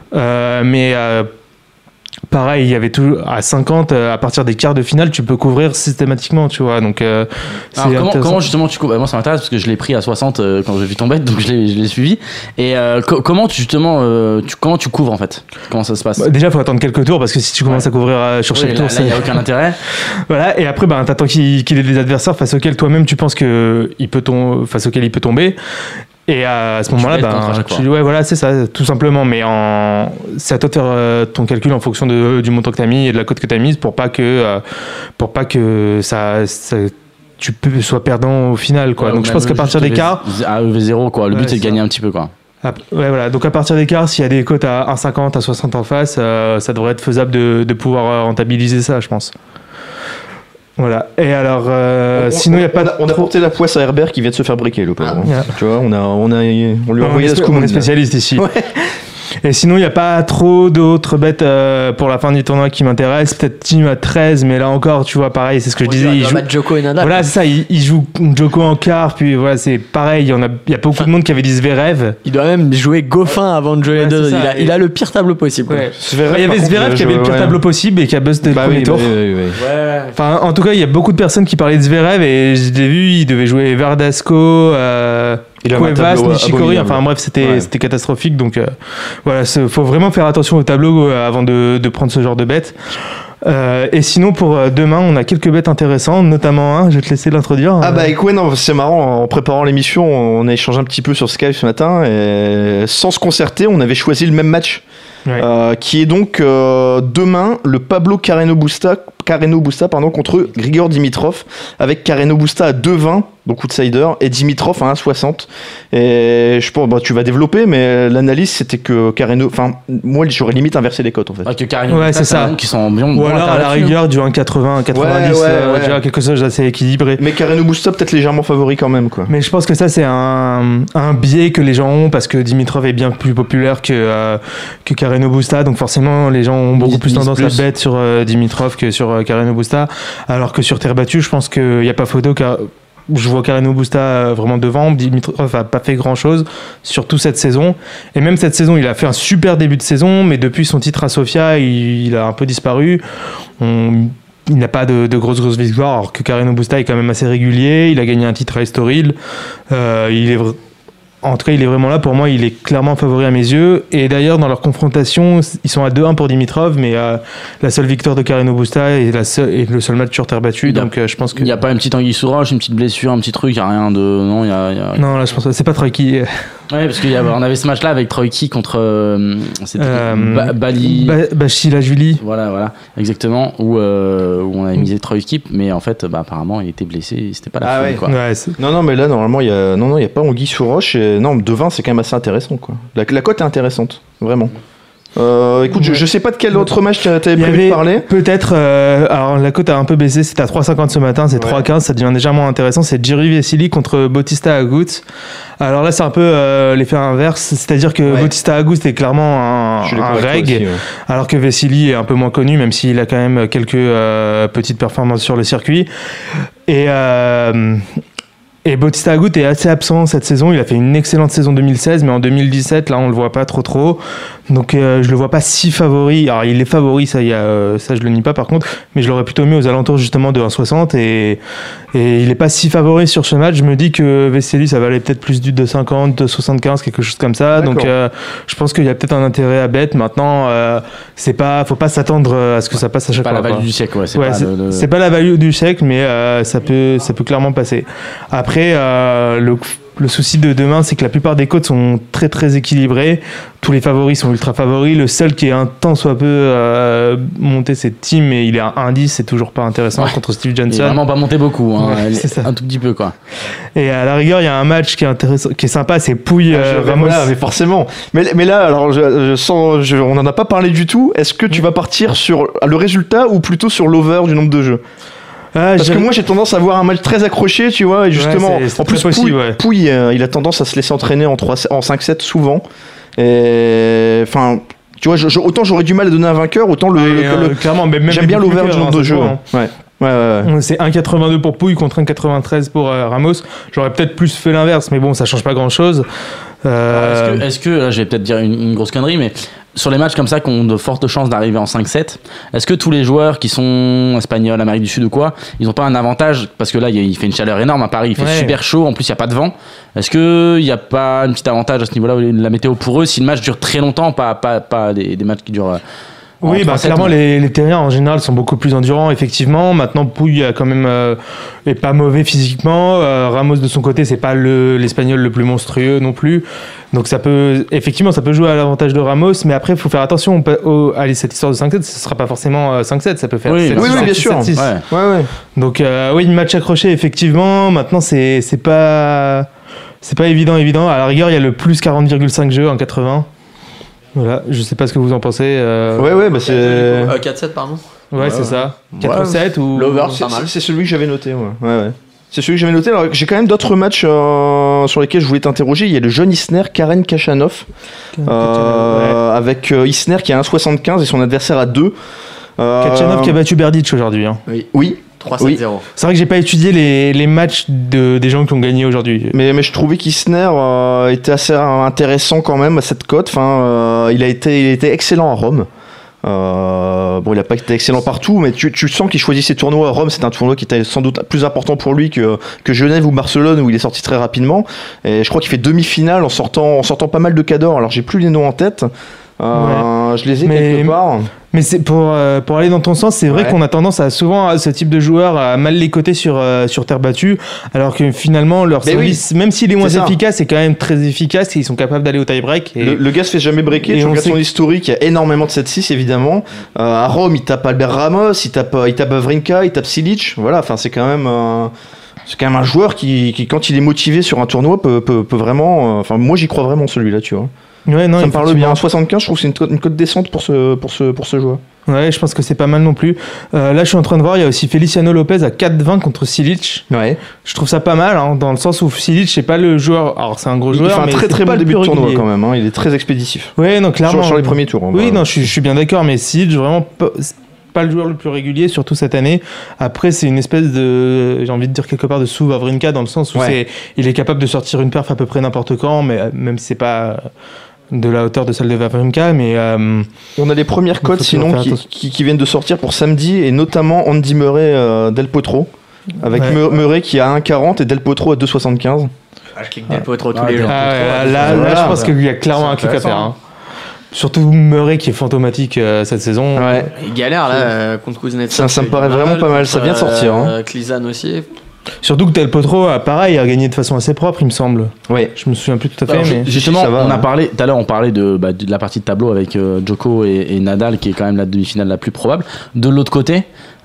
Pareil, il y avait tout à 50 à partir des quarts de finale, tu peux couvrir systématiquement, tu vois. Donc, comment justement tu couvres ? Moi, ça m'intéresse parce que je l'ai pris à 60 quand j'ai vu ton bet, donc je l'ai suivi. Et comment tu couvres en fait ? Comment ça se passe ? Déjà, il faut attendre quelques tours parce que si tu commences à couvrir sur chaque tour, il n'y a aucun intérêt. Voilà. Et après, t'attends qu'il ait des adversaires face auxquels toi-même tu penses qu'il peut tomber. Et à ce moment-là, voilà, c'est ça, tout simplement. Mais c'est à toi de faire ton calcul en fonction du montant que tu as mis et de la cote que tu as mise pour pas que tu sois perdant au final, quoi. Donc je pense qu'à partir des quarts, à EV0, quoi. Le but c'est de gagner un petit peu, quoi. Voilà. Donc à partir des quarts, s'il y a des cotes à 1,50, à 60 en face, ça devrait être faisable de pouvoir rentabiliser ça, je pense. Voilà. Et alors, sinon, il n'y a pas. On a porté la poisse à Herbert qui vient de se faire briquer, le pauvre. Tu vois, on lui a envoyé la scoop. On est spécialiste ici. Ouais. Et sinon, il n'y a pas trop d'autres bêtes pour la fin du tournoi qui m'intéressent. Peut-être Tim à 13, mais là encore, tu vois, pareil, c'est ce que je disais. Il joue Djoko et Nadal. Voilà, c'est ça. Il joue Djoko en quart, puis voilà, c'est pareil. Il y a beaucoup de monde qui avait dit Zverev. Il doit même jouer Goffin avant de jouer les deux. Il a le pire tableau possible. Ouais. Il y avait Zverev qui avait le pire tableau possible et qui a busté le premier tour. Enfin, en tout cas, il y a beaucoup de personnes qui parlaient de Zverev et je l'ai vu, il devait jouer Verdasco. Cuevas, Nishikori, enfin bref, c'était catastrophique. Donc voilà, faut vraiment faire attention au tableau avant de prendre ce genre de bêtes. Et sinon, pour demain, on a quelques bêtes intéressantes, notamment je vais te laisser l'introduire. C'est marrant, en préparant l'émission, on a échangé un petit peu sur Skype ce matin, et sans se concerter, on avait choisi le même match. Qui est donc demain le Pablo Carreno Busta contre Grigor Dimitrov, avec Carreno Busta à 2,20 donc outsider, et Dimitrov à 1,60. Et je pense, tu vas développer, mais l'analyse c'était que Carreno, moi j'aurais limite inversé les cotes en fait. Que Carreno Busta, c'est ça. Qui sont bien. Ou alors à la rigueur du 1,80, 1,90, quelque chose d'assez équilibré. Mais Carreno Busta peut-être légèrement favori quand même, quoi. Mais je pense que ça c'est un biais que les gens ont parce que Dimitrov est bien plus populaire que Carreno Busta, donc forcément les gens ont beaucoup plus tendance à bet sur Dimitrov que sur Carreno Busta, alors que sur terre battue je pense qu'il n'y a pas photo, car je vois Carreno Busta vraiment devant. Dimitrov n'a pas fait grand chose, surtout cette saison, et même cette saison il a fait un super début de saison, mais depuis son titre à Sofia il a un peu disparu. Il n'a pas de grosses victoires, alors que Carreno Busta est quand même assez régulier. Il a gagné un titre à Estoril. En tout cas, il est vraiment là. Pour moi, il est clairement favori à mes yeux. Et d'ailleurs, dans leur confrontation, ils sont à 2-1 pour Dimitrov, mais la seule victoire de Carreno Busta est le seul match sur terre battue. Donc, je pense que. Il n'y a pas une petite anguille sous roche, une petite blessure, un petit truc, il n'y a rien de. Non, Non, là, je pense que c'est pas Troïki. Ouais, parce qu'on avait ce match-là avec Troïki contre. C'était Bali. Bachila Julie. Voilà, exactement. Où on avait misé Troïki, mais en fait, apparemment, il était blessé. C'était pas la folie, quoi. Ouais, non, mais là, normalement, il n'y a pas anguille sous roche. Non, 2,20, c'est quand même assez intéressant, quoi. La cote est intéressante, vraiment. Écoute, je sais pas de quel autre match t'avais prévu de parler. Peut-être, alors la cote a un peu baissé, c'était à 3,50 ce matin, c'est 3,15, ça devient légèrement intéressant. C'est Jiří Veselý contre Bautista Agut. Alors là, c'est un peu l'effet inverse, c'est-à-dire que Bautista Agut est clairement un reg, alors que Veselý est un peu moins connu, même s'il a quand même quelques petites performances sur le circuit. Et Bautista Agut est assez absent cette saison. Il a fait une excellente saison 2016, mais en 2017, là, on le voit pas trop. Donc, je le vois pas si favori. Alors, il est favori, ça, je le nie pas par contre, mais je l'aurais plutôt mis aux alentours justement de 1,60 et il est pas si favori sur ce match. Je me dis que Veselý, ça valait peut-être plus du 2,50, 2,75, quelque chose comme ça. D'accord. Donc, je pense qu'il y a peut-être un intérêt à bet. Maintenant, faut pas s'attendre à ce que ça passe à chaque fois. C'est pas la value du siècle, c'est pas la value du siècle, mais ça peut clairement passer. Après, le souci de demain, c'est que la plupart des cotes sont très très équilibrées. Tous les favoris sont ultra favoris. Le seul qui est un tant soit peu monté, c'est Thiem, et il est à 1,10, c'est toujours pas intéressant contre Steve Johnson. Il est vraiment pas monté beaucoup, un tout petit peu quoi. Et à la rigueur, il y a un match qui est intéressant, qui est sympa, c'est Pouille Ramos. Voilà, mais forcément. Mais là, alors on en a pas parlé du tout. Est-ce que tu vas partir sur le résultat ou plutôt sur l'over du nombre de jeux? Parce que moi j'ai tendance à voir un match très accroché, tu vois, et justement, c'est en plus Pouille, il a tendance à se laisser entraîner en 5-7 souvent. Et enfin, tu vois, autant j'aurais du mal à donner un vainqueur, autant clairement, mais même j'aime bien l'over du nombre de jeux. Ouais. C'est 1,82 pour Pouille contre 1,93 pour Ramos. J'aurais peut-être plus fait l'inverse, mais bon, ça change pas grand-chose. Est-ce que là, je vais peut-être dire une grosse connerie, mais sur les matchs comme ça qui ont de fortes chances d'arriver en 5-7, est-ce que tous les joueurs qui sont espagnols, Amérique du Sud ou quoi, ils n'ont pas un avantage? Parce que là, il fait une chaleur énorme à Paris, il fait super chaud, en plus il n'y a pas de vent. Est-ce qu'il n'y a pas un petit avantage à ce niveau-là, la météo pour eux, si le match dure très longtemps, pas des matchs qui durent... Oui, clairement, les terrains en général sont beaucoup plus endurants, effectivement. Maintenant, Pouille a quand même est pas mauvais physiquement. Ramos, de son côté, c'est pas l'Espagnol le plus monstrueux non plus. Donc, ça peut jouer à l'avantage de Ramos, mais après, il faut faire attention. Allez, cette histoire de 5-7, ce sera pas forcément 5-7, ça peut faire 7-6. Oui, bien sûr. 7-6. Ouais. Donc, oui, match accroché, effectivement. Maintenant, c'est pas évident. À la rigueur, il y a le plus 40,5 jeux en 80. Voilà, je sais pas ce que vous en pensez. Bah c'est 4-7 pardon. Ouais, c'est ça. 4-7 ou l'over, c'est pas mal. C'est celui que j'avais noté, ouais. C'est celui que j'avais noté. Alors j'ai quand même d'autres matchs sur lesquels je voulais t'interroger. Il y a le jeune Isner, Karen Khachanov, avec Isner qui a 1,75 et son adversaire à 2. Khachanov qui a battu Berdych aujourd'hui. Hein. Oui. 3-7-0. C'est vrai que j'ai pas étudié les matchs des gens qui ont gagné aujourd'hui. Mais je trouvais qu'Isner était assez intéressant quand même à cette cote. Enfin, il a été excellent à Rome. Il n'a pas été excellent partout, mais tu sens qu'il choisit ses tournois. À Rome, c'est un tournoi qui était sans doute plus important pour lui que Genève ou Barcelone, où il est sorti très rapidement. Et je crois qu'il fait demi-finale en sortant pas mal de cadors. Alors j'ai plus les noms en tête. Je les ai quelque part. Mais c'est pour aller dans ton sens, c'est vrai qu'on a tendance à souvent ce type de joueurs à mal les coter sur terre battue, alors que finalement leur service, même s'il est moins efficace, c'est quand même très efficace et ils sont capables d'aller au tie-break. Le gars se fait jamais breaker. Tu regardes son historique, il y a énormément de 7-6 évidemment. À Rome, il tape Albert Ramos, il tape Wawrinka, il tape Silic. Voilà, enfin c'est quand même un joueur qui quand il est motivé sur un tournoi peut vraiment. Enfin moi j'y crois vraiment celui-là, tu vois. Ouais, non, ça me parle bien. 75, je trouve que c'est une cote décente pour ce joueur. Ouais, je pense que c'est pas mal non plus. Là, je suis en train de voir, il y a aussi Feliciano Lopez à 4,20 contre Silic. Ouais. Je trouve ça pas mal, dans le sens où Silic, c'est pas le joueur. Alors, c'est un gros joueur. Il fait un très très bon début de tournoi quand même. Il est très expéditif. Ouais, non, clairement. Sur les premiers tours. Oui, non, je suis bien d'accord, mais Silic, vraiment pas le joueur le plus régulier, surtout cette année. Après, c'est une espèce de, j'ai envie de dire quelque part, de sous Wawrinka, dans le sens où il est capable de sortir une perf à peu près n'importe quand, mais même si c'est pas de la hauteur de celle de Wawrinka, mais on a les premières cotes sinon qui viennent de sortir pour samedi, et notamment Andy Murray Del Potro avec Murray qui a 1,40 et Del Potro à 2,75. Je kick Del Potro tous les jours. Là, je pense qu'il y a clairement un clic à faire. Surtout Murray qui est fantomatique cette saison. Ouais. Il galère là contre Kuznetsov. Ça me paraît vraiment pas mal, ça vient de sortir. Klizan aussi. Surtout que Del Potro, pareil, a gagné de façon assez propre, il me semble. Oui. Je me souviens plus tout à fait. Alors, mais justement, on a parlé tout à l'heure, on parlait de la partie de tableau avec Djoko et Nadal, qui est quand même la demi-finale la plus probable. De l'autre côté,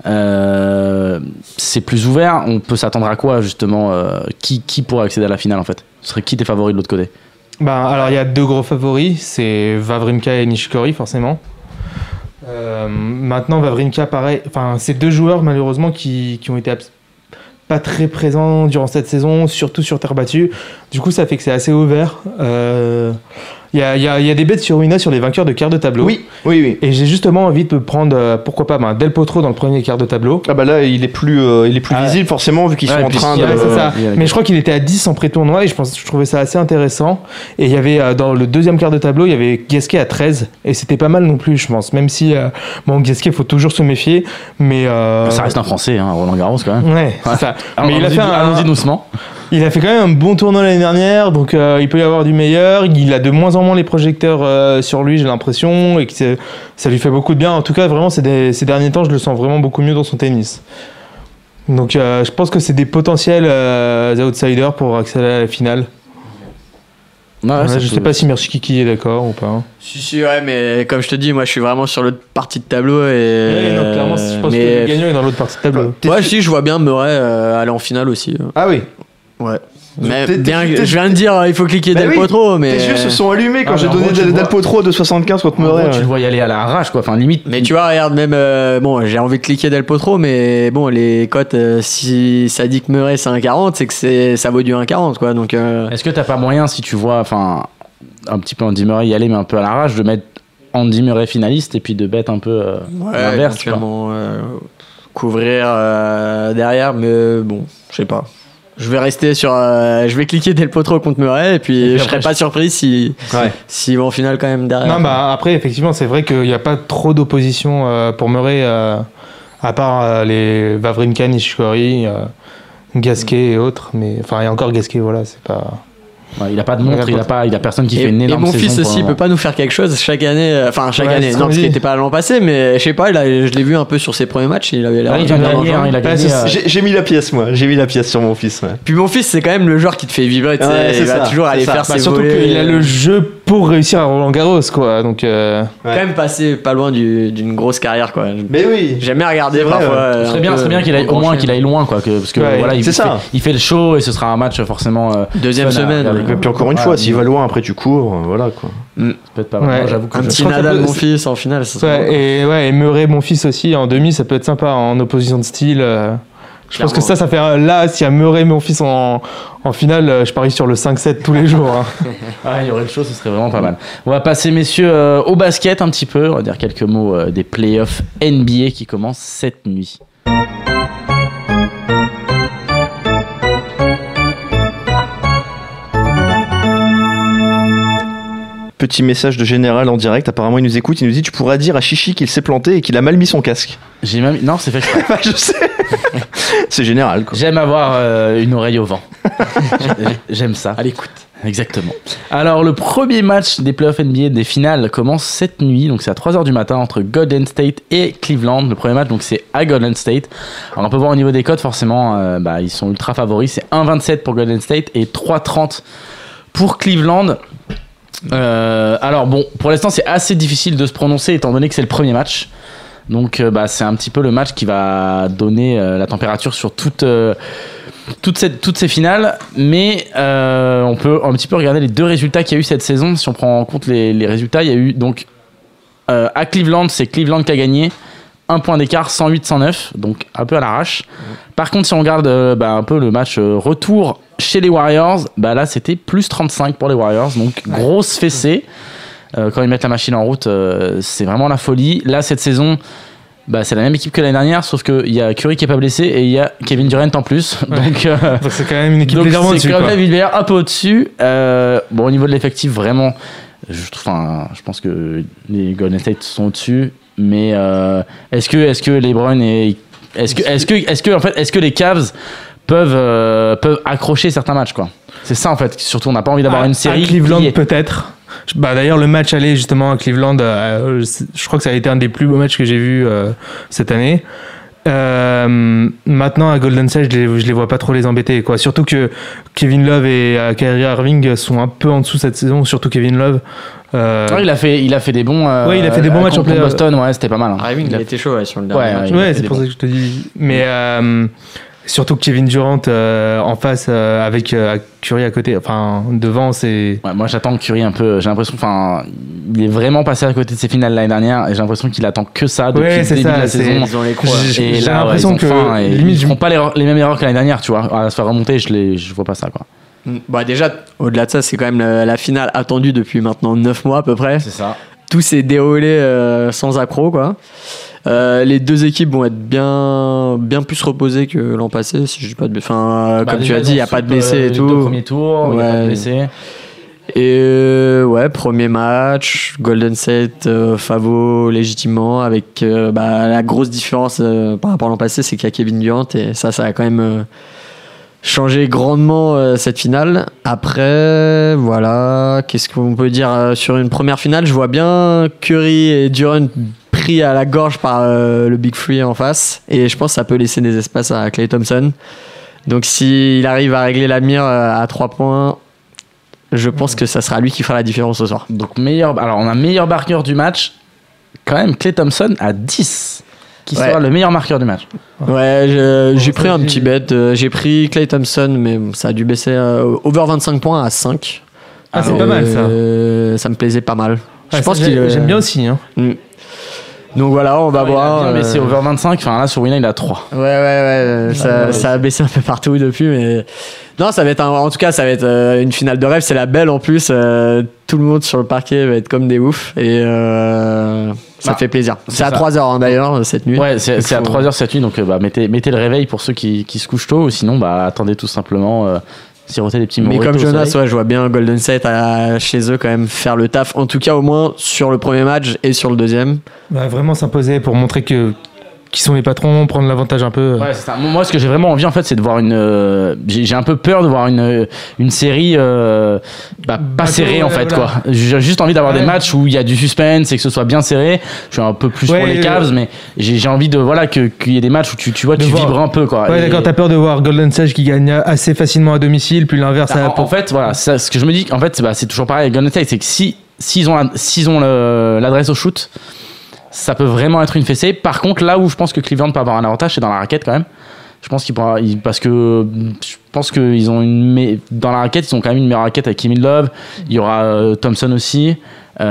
c'est plus ouvert. On peut s'attendre à quoi justement qui pourrait accéder à la finale en fait? Ce serait qui tes favoris de l'autre côté? Alors il y a 2 gros favoris, c'est Wawrinka et Nishikori forcément. Maintenant Wawrinka pareil, c'est 2 joueurs malheureusement qui ont été pas très présents durant cette saison, surtout sur terre battue. Du coup ça fait que c'est assez ouvert. Il y a des bêtes sur Wina sur les vainqueurs de quart de tableau. Oui. Et j'ai justement envie de prendre, pourquoi pas, Del Potro dans le premier quart de tableau. Là, il est plus visible forcément vu qu'ils sont en train de... c'est ça. Mais je crois qu'il était à 10 en pré-tournoi et je trouvais ça assez intéressant. Et il y avait, dans le deuxième quart de tableau, il y avait Gasquet à 13. Et c'était pas mal non plus, je pense. Même si, Gasquet, il faut toujours se méfier. Mais ça reste un Français, Roland Garros quand même. Ouais, c'est ça. Mais allons-y doucement. Il a fait quand même un bon tournoi l'année dernière, donc il peut y avoir du meilleur. Il a de moins en moins les projecteurs sur lui, j'ai l'impression, et que ça lui fait beaucoup de bien. En tout cas, vraiment, ces derniers temps, je le sens vraiment beaucoup mieux dans son tennis. Donc je pense que c'est des potentiels outsiders pour accéder à la finale. Je sais pas si Merci Kiki est d'accord ou pas. Si, ouais, mais comme je te dis, moi je suis vraiment sur l'autre partie de tableau. Non, clairement, je pense que le gagnant est dans l'autre partie de tableau. Ouais, si, je vois bien Murray aller en finale aussi. Ah oui. Ouais. Mais je viens de dire, il faut cliquer Del Potro, mais... Tes yeux se sont allumés quand j'ai donné Del Potro de 75 contre Murray. Tu le vois y aller à la arrache, quoi. Limite. Mais tu vois, regarde, même... j'ai envie de cliquer Del Potro, mais bon, les cotes, si ça dit que Murray c'est 1,40, c'est que ça vaut du 1,40, quoi. Donc, Est-ce que t'as pas moyen, si tu vois, un petit peu Andy Murray y aller, mais un peu à l'arrache, de mettre Andy Murray finaliste et puis de bet un peu l'inverse, couvrir derrière, mais bon, je sais pas. Je vais rester sur. Je vais cliquer Del Potro contre Murray et puis je serais pas surpris s'ils vont au final quand même derrière. Non, après, effectivement, c'est vrai qu'il n'y a pas trop d'opposition pour Murray, à part les Wawrinka, Nishikori, Gasquet et autres. Mais il y a encore Gasquet, voilà, c'est pas. Il a pas de montre, il a personne qui fait une énorme saison. Et mon fils aussi, il peut pas nous faire quelque chose chaque année. Chaque année, non, parce qu'il était pas l'an passé, mais je sais pas, je l'ai vu un peu sur ses premiers matchs, il avait l'air. Il a gagné. J'ai mis la pièce, moi. J'ai mis la pièce sur mon fils. Ouais. Puis mon fils, c'est quand même le joueur qui te fait vibrer. Il va toujours aller faire ses surtout volets. qu'il a le jeu pour réussir à Roland Garros, quoi. Donc, quand même passé pas loin d'une grosse carrière, quoi. Mais oui. J'aime bien regarder parfois. Ce serait bien qu'il aille au moins qu'il aille loin, quoi. Parce que voilà, il fait le show et ce sera un match forcément. Deuxième semaine. Et puis encore une fois, s'il va loin, après tu cours, voilà quoi. Ça peut être pas mal. J'avoue que un petit Nadal, mon fils, en finale. Et Murray, mon fils aussi, en demi, ça peut être sympa en opposition de style. Je pense que ça fait. Là, s'il y a Murray, mon fils en finale, je parie sur le 5-7 tous les jours. Il y aurait le show, ce serait vraiment pas mal. On va passer, messieurs, au basket un petit peu. On va dire quelques mots des playoffs NBA qui commencent cette nuit. Petit message de Général en direct, apparemment il nous écoute, il nous dit tu pourras dire à Chichi qu'il s'est planté et qu'il a mal mis son casque. Non, c'est fait. Je sais. C'est Général, quoi. J'aime avoir une oreille au vent. J'aime ça. À l'écoute. Exactement. Alors le premier match des playoffs NBA des finales commence cette nuit, donc c'est à 3h du matin entre Golden State et Cleveland. Le premier match, donc c'est à Golden State. Alors on peut voir au niveau des cotes, forcément ils sont ultra favoris, c'est 1,27 pour Golden State et 3,30 pour Cleveland. Alors bon, pour l'instant c'est assez difficile de se prononcer étant donné que c'est le premier match. Donc c'est un petit peu le match qui va donner la température sur toutes ces finales. Mais on peut un petit peu regarder les deux résultats qu'il y a eu cette saison. Si on prend en compte les résultats, il y a eu donc à Cleveland, c'est Cleveland qui a gagné. 1 point d'écart, 108-109, donc un peu à l'arrache. Par contre, si on regarde un peu le match retour chez les Warriors, là c'était plus 35 pour les Warriors, donc grosse fessée. Quand ils mettent la machine en route, c'est vraiment la folie. Là, cette saison, c'est la même équipe que l'année dernière, sauf qu'il y a Curry qui n'est pas blessé et il y a Kevin Durant en plus. Donc c'est quand même une équipe légèrement au-dessus. C'est quand même un peu au-dessus. Au niveau de l'effectif, vraiment, je pense que les Golden State sont au-dessus. Mais est-ce que LeBron est-ce que les Cavs peuvent accrocher certains matchs, quoi. C'est ça en fait. Surtout on n'a pas envie d'avoir une série. À Cleveland peut-être. D'ailleurs le match aller justement à Cleveland, je crois que ça a été un des plus beaux matchs que j'ai vu cette année. Maintenant à Golden State, je les vois pas trop les embêter, quoi. Surtout que Kevin Love et Kyrie Irving sont un peu en dessous cette saison, surtout Kevin Love. Il a fait des bons. Il a fait des bons matchs en contre Boston, c'était pas mal. Irving, il a été chaud sur le dernier match. C'est pour ça que je te dis. Mais Surtout que Kevin Durant en face avec Curry à côté, enfin devant, c'est. Ouais, moi j'attends que Curry un peu. J'ai l'impression, il est vraiment passé à côté de ses finales l'année dernière et j'ai l'impression qu'il attend que ça depuis le début de la saison. Ils ont les croix. J'ai l'impression que limite ils feront pas les mêmes erreurs que l'année dernière, tu vois. À se faire remonter, je vois pas ça, quoi. Bah déjà, au-delà de ça, c'est quand même la finale attendue depuis maintenant 9 mois à peu près. C'est ça. Tout s'est déroulé sans accroc, quoi. Les deux équipes vont être bien plus reposées que l'an passé, si je dis pas de. Enfin, comme tu as dit, il n'y a pas de blessés et tout. Au premier tour, il n'y a pas de blessés. Et premier match, Golden State favo légitimement, avec la grosse différence par rapport à l'an passé, c'est qu'il y a Kevin Durant et ça a quand même changé grandement cette finale. Après, voilà, qu'est-ce qu'on peut dire sur une première finale? Je vois bien Curry et Durant pris à la gorge par le Big Three en face et je pense que ça peut laisser des espaces à Klay Thompson. Donc s'il arrive à régler la mire à 3 points, je pense que ça sera lui qui fera la différence ce soir. Donc alors on a meilleur marqueur du match, quand même Klay Thompson à 10 qui sera le meilleur marqueur du match. Ouais, j'ai pris un petit bet, j'ai pris Klay Thompson mais ça a dû baisser over 25 points à 5. Ah, c'est pas mal ça. Ça me plaisait pas mal. Je pense j'aime bien aussi hein. Donc voilà, on va voir. Il a bien baissé over 25, enfin là sur Winner il a 3. Ouais, ça a baissé un peu partout depuis, mais non, ça va être en tout cas, ça va être une finale de rêve, c'est la belle en plus. Tout le monde sur le parquet va être comme des oufs et ça fait plaisir. C'est à 3h d'ailleurs cette nuit. Ouais, c'est à 3h cette nuit, donc mettez le réveil pour ceux qui se couchent tôt, ou sinon attendez tout simplement. Siroter des petits mais comme Jonas, je vois bien Golden State chez eux quand même faire le taf, en tout cas au moins sur le premier match et sur le deuxième. Vraiment s'imposer pour montrer qui sont les patrons, prendre l'avantage un peu. Ouais, c'est ça. Moi, ce que j'ai vraiment envie, en fait, c'est de voir j'ai un peu peur de voir une série pas serrée, en fait, quoi. J'ai juste envie d'avoir des matchs où il y a du suspense et que ce soit bien serré. Je suis un peu plus pour les Cavs, mais j'ai envie de qu'il y ait des matchs où tu vibres un peu, quoi. Ouais, d'accord, t'as peur de voir Golden State qui gagne assez facilement à domicile, puis l'inverse. En fait, voilà, ce que je me dis, en fait, c'est toujours pareil avec Golden State, c'est que s'ils ont l'adresse au shoot, ça peut vraiment être une fessée. Par contre, là où je pense que Cleveland peut avoir un avantage, c'est dans la raquette quand même. Je pense parce que je pense qu'ils ont dans la raquette, ils ont quand même une meilleure raquette avec Kevin Love. Il y aura Thompson aussi. Il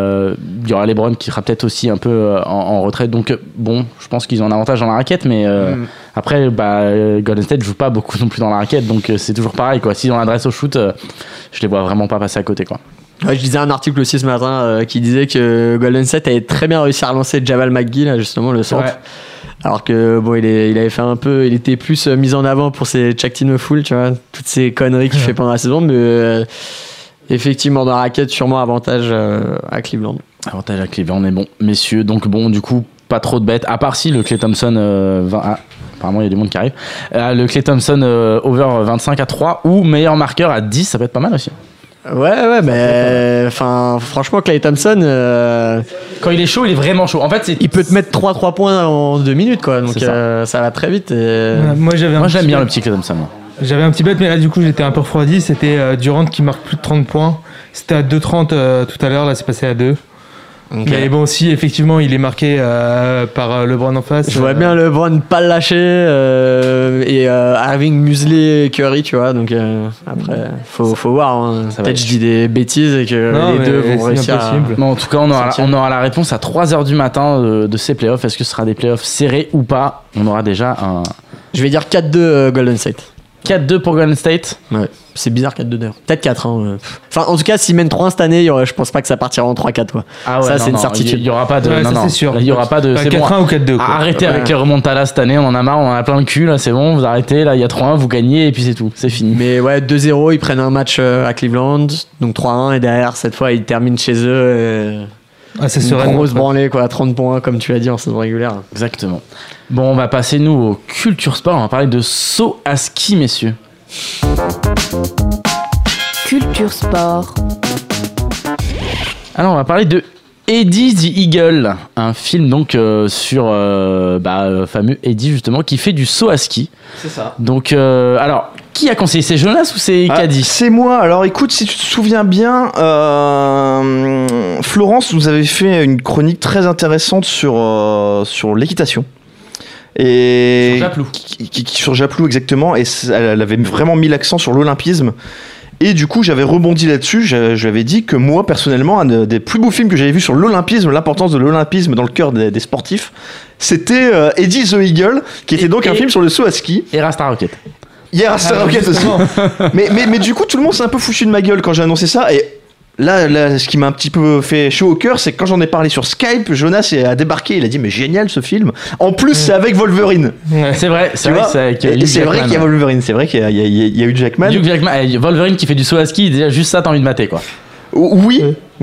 y aura LeBron qui sera peut-être aussi un peu en retraite. Donc bon, je pense qu'ils ont un avantage dans la raquette, mais après, Golden State joue pas beaucoup non plus dans la raquette, donc c'est toujours pareil, quoi. S'ils ont l'adresse au shoot, je les vois vraiment pas passer à côté, quoi. Ouais, je lisais un article aussi ce matin qui disait que Golden State avait très bien réussi à relancer Jamal McGee, là, justement, le centre. Ouais. Alors que bon, il avait fait un peu, il était plus mis en avant pour ses check team full, tu vois, toutes ces conneries qu'il fait pendant la saison, mais effectivement dans la raquette, sûrement avantage à Cleveland. Avantage à Cleveland, mais bon, messieurs, donc bon, du coup, pas trop de bêtes, à part si le Klay Thompson apparemment il y a du monde qui arrive, le Klay Thompson over 25 à 3 ou meilleur marqueur à 10, ça peut être pas mal aussi. Ouais, mais enfin, franchement, Klay Thompson, quand il est chaud, il est vraiment chaud. En fait, il peut te mettre 3 points en 2 minutes, quoi. Donc ça va très vite. Moi, j'aime bien le petit Klay Thompson. J'avais un petit bet, mais là, du coup, j'étais un peu refroidi. C'était Durant qui marque plus de 30 points. C'était à 2,30 tout à l'heure. Là, c'est passé à 2. Okay. Mais bon, si effectivement il est marqué par LeBron en face. Je vois bien LeBron pas le lâcher et Irving museler Curry, tu vois. Donc après, faut voir. Hein. Peut-être je dis des bêtises et que les deux vont réussir. En tout cas, on aura la réponse à 3h du matin de ces playoffs. Est-ce que ce sera des playoffs serrés ou pas? On aura déjà un. Je vais dire 4-2 Golden State. 4-2 pour Golden State. Ouais, c'est bizarre 4-2 d'ailleurs. Peut-être 4. Hein. Enfin, en tout cas, s'ils mènent 3 cette année, je pense pas que ça partira en 3-4. Quoi. Ah ouais, ça, c'est une certitude. Il y aura pas de. Ouais, non, c'est sûr. Il y aura pas de. 4-1 bon, ou 4-2. Quoi. Arrêtez avec les remontadas cette année. On en a marre. On en a plein le cul. Là, c'est bon. Vous arrêtez. Là, il y a 3-1. Vous gagnez et puis c'est tout. C'est fini. Mais ouais, 2-0. Ils prennent un match à Cleveland. Donc 3-1. Et derrière, cette fois, ils terminent chez eux. C'est une grosse branlée, quoi. 30 points, comme tu l'as dit, en saison régulière. Exactement. Bon, on va passer, nous, au Culture Sport. On va parler de saut à ski, messieurs. Culture Sport. Alors on va parler de Eddie the Eagle, un film donc sur fameux Eddie justement qui fait du saut à ski. C'est ça. Donc alors qui a conseillé, c'est Jonas ou c'est Caddy? C'est moi. Alors écoute, si tu te souviens bien, Florence nous avait fait une chronique très intéressante sur l'équitation. Et sur Japlou. Sur Japlou, exactement. Et elle avait vraiment mis l'accent sur l'olympisme. Et du coup, j'avais rebondi là-dessus. J'avais dit que moi, personnellement, un des plus beaux films que j'avais vu sur l'olympisme, l'importance de l'olympisme dans le cœur des sportifs, c'était Eddie the Eagle, qui était donc un film sur le saut à ski. Et Rasta Rocket. Hier, Rasta Rocket aussi. mais du coup, tout le monde s'est un peu foutu de ma gueule quand j'ai annoncé ça. Et là, ce qui m'a un petit peu fait chaud au cœur, c'est que quand j'en ai parlé sur Skype, Jonas a débarqué. Il a dit, mais génial ce film. En plus, c'est avec Wolverine. C'est vrai, c'est avec c'est vrai qu'il y a Wolverine. C'est vrai qu'il y a eu Jackman. Wolverine qui fait du saut à ski, déjà juste ça, t'as envie de mater, quoi. Oui.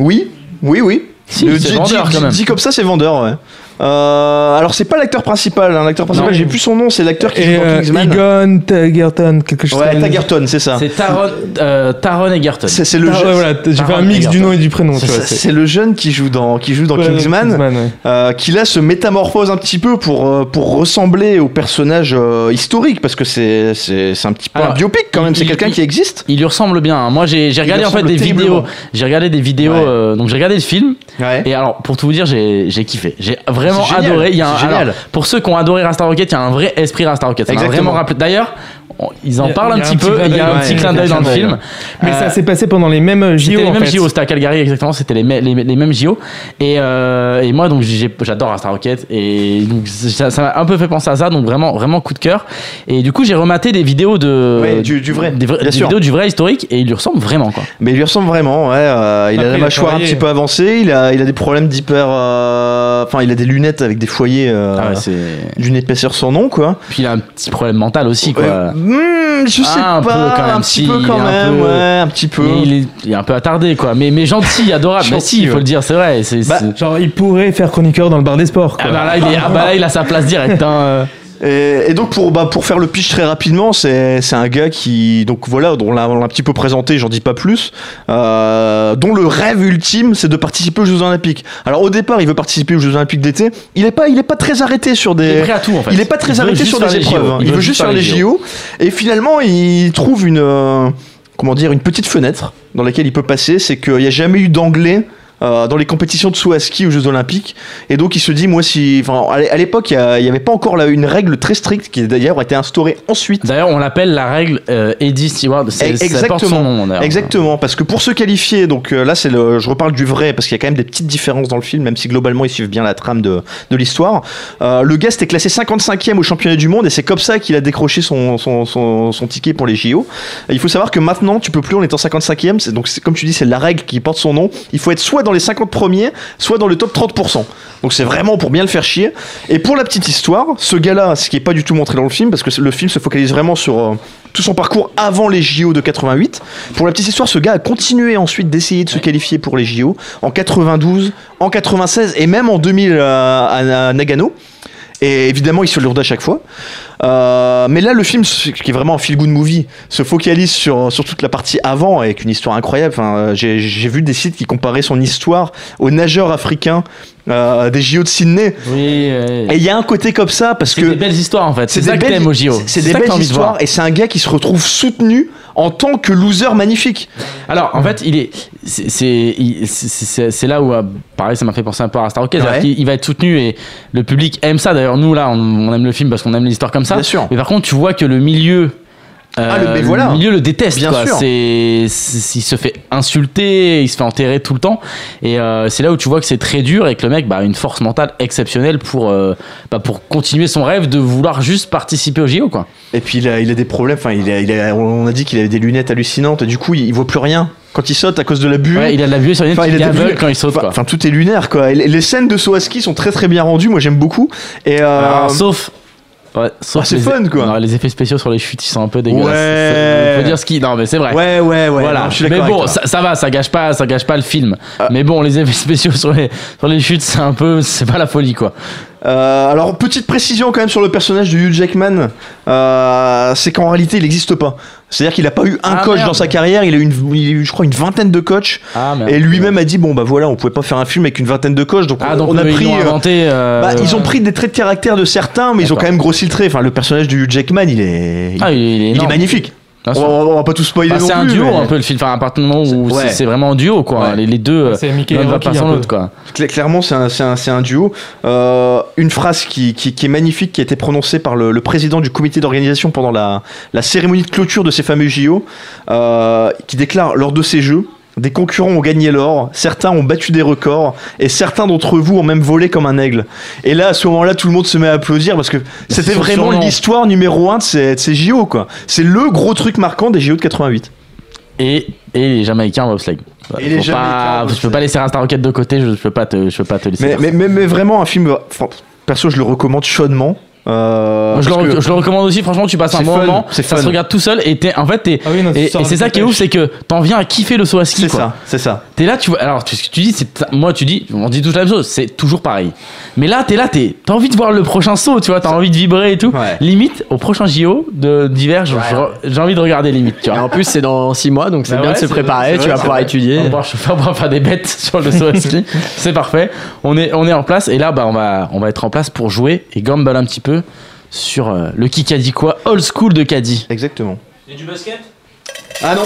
Si, c'est vendeur, quand même. Dit comme ça, c'est vendeur, ouais. Alors c'est pas l'acteur principal, l'acteur principal, j'ai plus son nom, c'est l'acteur qui joue dans Kingsman. Egon Tagerton, quelque chose. Ouais, Tagerton, c'est ça. C'est Taron Egerton. C'est le jeune. Voilà, j'ai fait un mix du nom et du prénom. C'est le jeune qui joue dans Kingsman, qui là se métamorphose un petit peu pour ressembler au personnage historique, parce que c'est un petit peu un biopic quand même. C'est quelqu'un qui existe. Il lui ressemble bien. Moi, j'ai regardé en fait des vidéos. J'ai regardé des vidéos. Donc j'ai regardé le film. Et alors, pour tout vous dire, j'ai kiffé. J'ai vraiment adoré. Il y a alors, pour ceux qui ont adoré Rasta Rocket, il y a un vrai esprit Rasta Rocket. Ça m'a vraiment rappelé. D'ailleurs, ils en parlent un petit peu. Il y a un petit clin d'œil dans le film. Mais ça s'est passé pendant les mêmes JO. C'était les mêmes JO. C'était à Calgary exactement. C'était les mêmes JO. Et moi, donc j'adore Rasta Rocket. Et donc ça m'a un peu fait penser à ça. Donc vraiment coup de cœur. Et du coup, j'ai rematé des vidéos du vrai. Des vidéos du vrai historique. Et il lui ressemble vraiment, quoi. Mais il lui ressemble vraiment. Ouais. Il a la mâchoire un petit peu avancée. Il a des problèmes d'hyper. Enfin, il a des lunettes avec des foyers d'une épaisseur sans nom, quoi. Puis il a un petit problème mental aussi, quoi. Je sais pas, un petit peu quand même, un petit peu. Il est un peu attardé, quoi. Mais gentil, adorable. Mais si, il faut le dire, c'est vrai. Genre, il pourrait faire chroniqueur dans le bar des sports, quoi. Là, il a sa place directe. Et donc pour faire le pitch très rapidement, c'est un gars qui dont on l'a un petit peu présenté, j'en dis pas plus, dont le rêve ultime c'est de participer aux Jeux Olympiques. Alors au départ il veut participer aux Jeux Olympiques d'été, il est pas très arrêté sur des, il est prêt à tout, en fait. Il est pas très arrêté sur des épreuves, il veut juste faire les JO. Et finalement il trouve une petite fenêtre dans laquelle il peut passer, c'est qu'il n'y a jamais eu d'anglais dans les compétitions de saut à ski aux Jeux Olympiques, et donc il se dit à l'époque il n'y avait pas encore une règle très stricte qui d'ailleurs a été instaurée ensuite. D'ailleurs on l'appelle la règle Eddie Stewart. Ça porte son nom, d'ailleurs. Exactement, parce que pour se qualifier, donc là je reparle du vrai parce qu'il y a quand même des petites différences dans le film, même si globalement ils suivent bien la trame de l'histoire. Le gars était classé 55e au championnat du monde et c'est comme ça qu'il a décroché son ticket pour les JO. Et il faut savoir que maintenant tu peux plus en étant 55e, donc comme tu dis c'est la règle qui porte son nom, il faut être soit dans les 50 premiers, soit dans le top 30%. Donc c'est vraiment pour bien le faire chier. Et pour la petite histoire, ce gars-là, ce qui est pas du tout montré dans le film, parce que le film se focalise vraiment sur tout son parcours avant les JO de 88. Pour la petite histoire, ce gars a continué ensuite d'essayer de se qualifier pour les JO en 92, en 96 et même en 2000 à Nagano. Et évidemment, il se lourde à chaque fois. Mais là, le film, qui est vraiment un feel-good movie, se focalise sur toute la partie avant, avec une histoire incroyable. Enfin, j'ai vu des sites qui comparaient son histoire aux nageurs africains des JO de Sydney. Oui. Et il y a un côté comme ça, parce que c'est des belles histoires, en fait. C'est ça que t'aimes aux JO. C'est des belles histoires, et c'est un gars qui se retrouve soutenu en tant que loser magnifique. Alors, en fait, c'est là où, pareil, ça m'a fait penser un peu à Rasta Rocket. Ouais. Il va être soutenu et le public aime ça. D'ailleurs, nous, là, on aime le film parce qu'on aime les histoires comme ça. Bien sûr. Mais par contre, tu vois que le milieu... le milieu le déteste, bien quoi. Sûr. Il se fait insulter, il se fait enterrer tout le temps, et c'est là où tu vois que c'est très dur et que le mec a une force mentale exceptionnelle pour continuer son rêve de vouloir juste participer au JO, quoi. Et puis il a des problèmes. Enfin, on a dit qu'il avait des lunettes hallucinantes et du coup il voit plus rien quand il saute à cause de la buée. Ouais, il a de la buée sur les lunettes, il est aveugle quand il saute, quoi. Enfin, tout est lunaire, quoi. Et les scènes de saut à ski sont très très bien rendues. Moi j'aime beaucoup. Et alors, sauf c'est fun, quoi. Non, les effets spéciaux sur les chutes, ils sont un peu dégueulasses. Ouais. Faut dire ce qui. Non, mais c'est vrai. Ouais. Voilà. Non, je suis mais bon, ça va, ça gâche pas le film. Mais bon, les effets spéciaux sur les chutes, c'est pas la folie, quoi. Alors, petite précision quand même sur le personnage de Hugh Jackman, c'est qu'en réalité il n'existe pas. C'est-à-dire qu'il n'a pas eu un coach dans sa carrière, il a eu je crois une vingtaine de coachs, et lui-même a dit bon bah voilà, on pouvait pas faire un film avec une vingtaine de coachs, donc on a pris. Ils ont pris des traits de caractère de certains, mais ils ont quand même grossi le trait. Enfin, le personnage de Hugh Jackman, il est magnifique. On va pas tout spoiler non plus. C'est un duo un peu le film, enfin un partenariat où c'est vraiment un duo quoi. Ouais. Les deux Mickey ne va pas sans l'autre quoi. Clairement c'est un duo. Une phrase qui est magnifique, qui a été prononcée par le président du comité d'organisation pendant la cérémonie de clôture de ces fameux JO, qui déclare: lors de ces jeux, des concurrents ont gagné l'or, certains ont battu des records et certains d'entre vous ont même volé comme un aigle. Et là, à ce moment-là, tout le monde se met à applaudir parce que c'était vraiment l'histoire numéro 1 de ces JO, quoi. C'est le gros truc marquant des JO de 88. Et les Jamaïcains en bobsleigh. Et les Jamaïcains. Je peux pas laisser Star Rocket de côté, je peux pas te laisser. Mais vraiment un film. Perso, je le recommande chaudement. Je le recommande aussi, franchement, tu passes un bon moment, ça se regarde tout seul et c'est ça qui est ouf, c'est que t'en viens à kiffer le saut à ski. C'est ça. T'es là, tu vois, alors tu dis, on dit tous la même chose, c'est toujours pareil. Mais là, t'as envie de voir le prochain saut, tu vois, t'as envie de vibrer et tout. Ouais. Limite, au prochain JO d'hiver, j'ai envie de regarder limite, tu vois. Et en plus, c'est dans 6 mois, donc c'est bien de se préparer, tu vas pouvoir étudier. On va pouvoir faire des bêtes sur le saut à ski, c'est parfait. On est en place et là, on va être en place pour jouer et gamble un petit peu sur le Kikadi quoi, old school de Caddy. Exactement. Et du basket ? Ah non.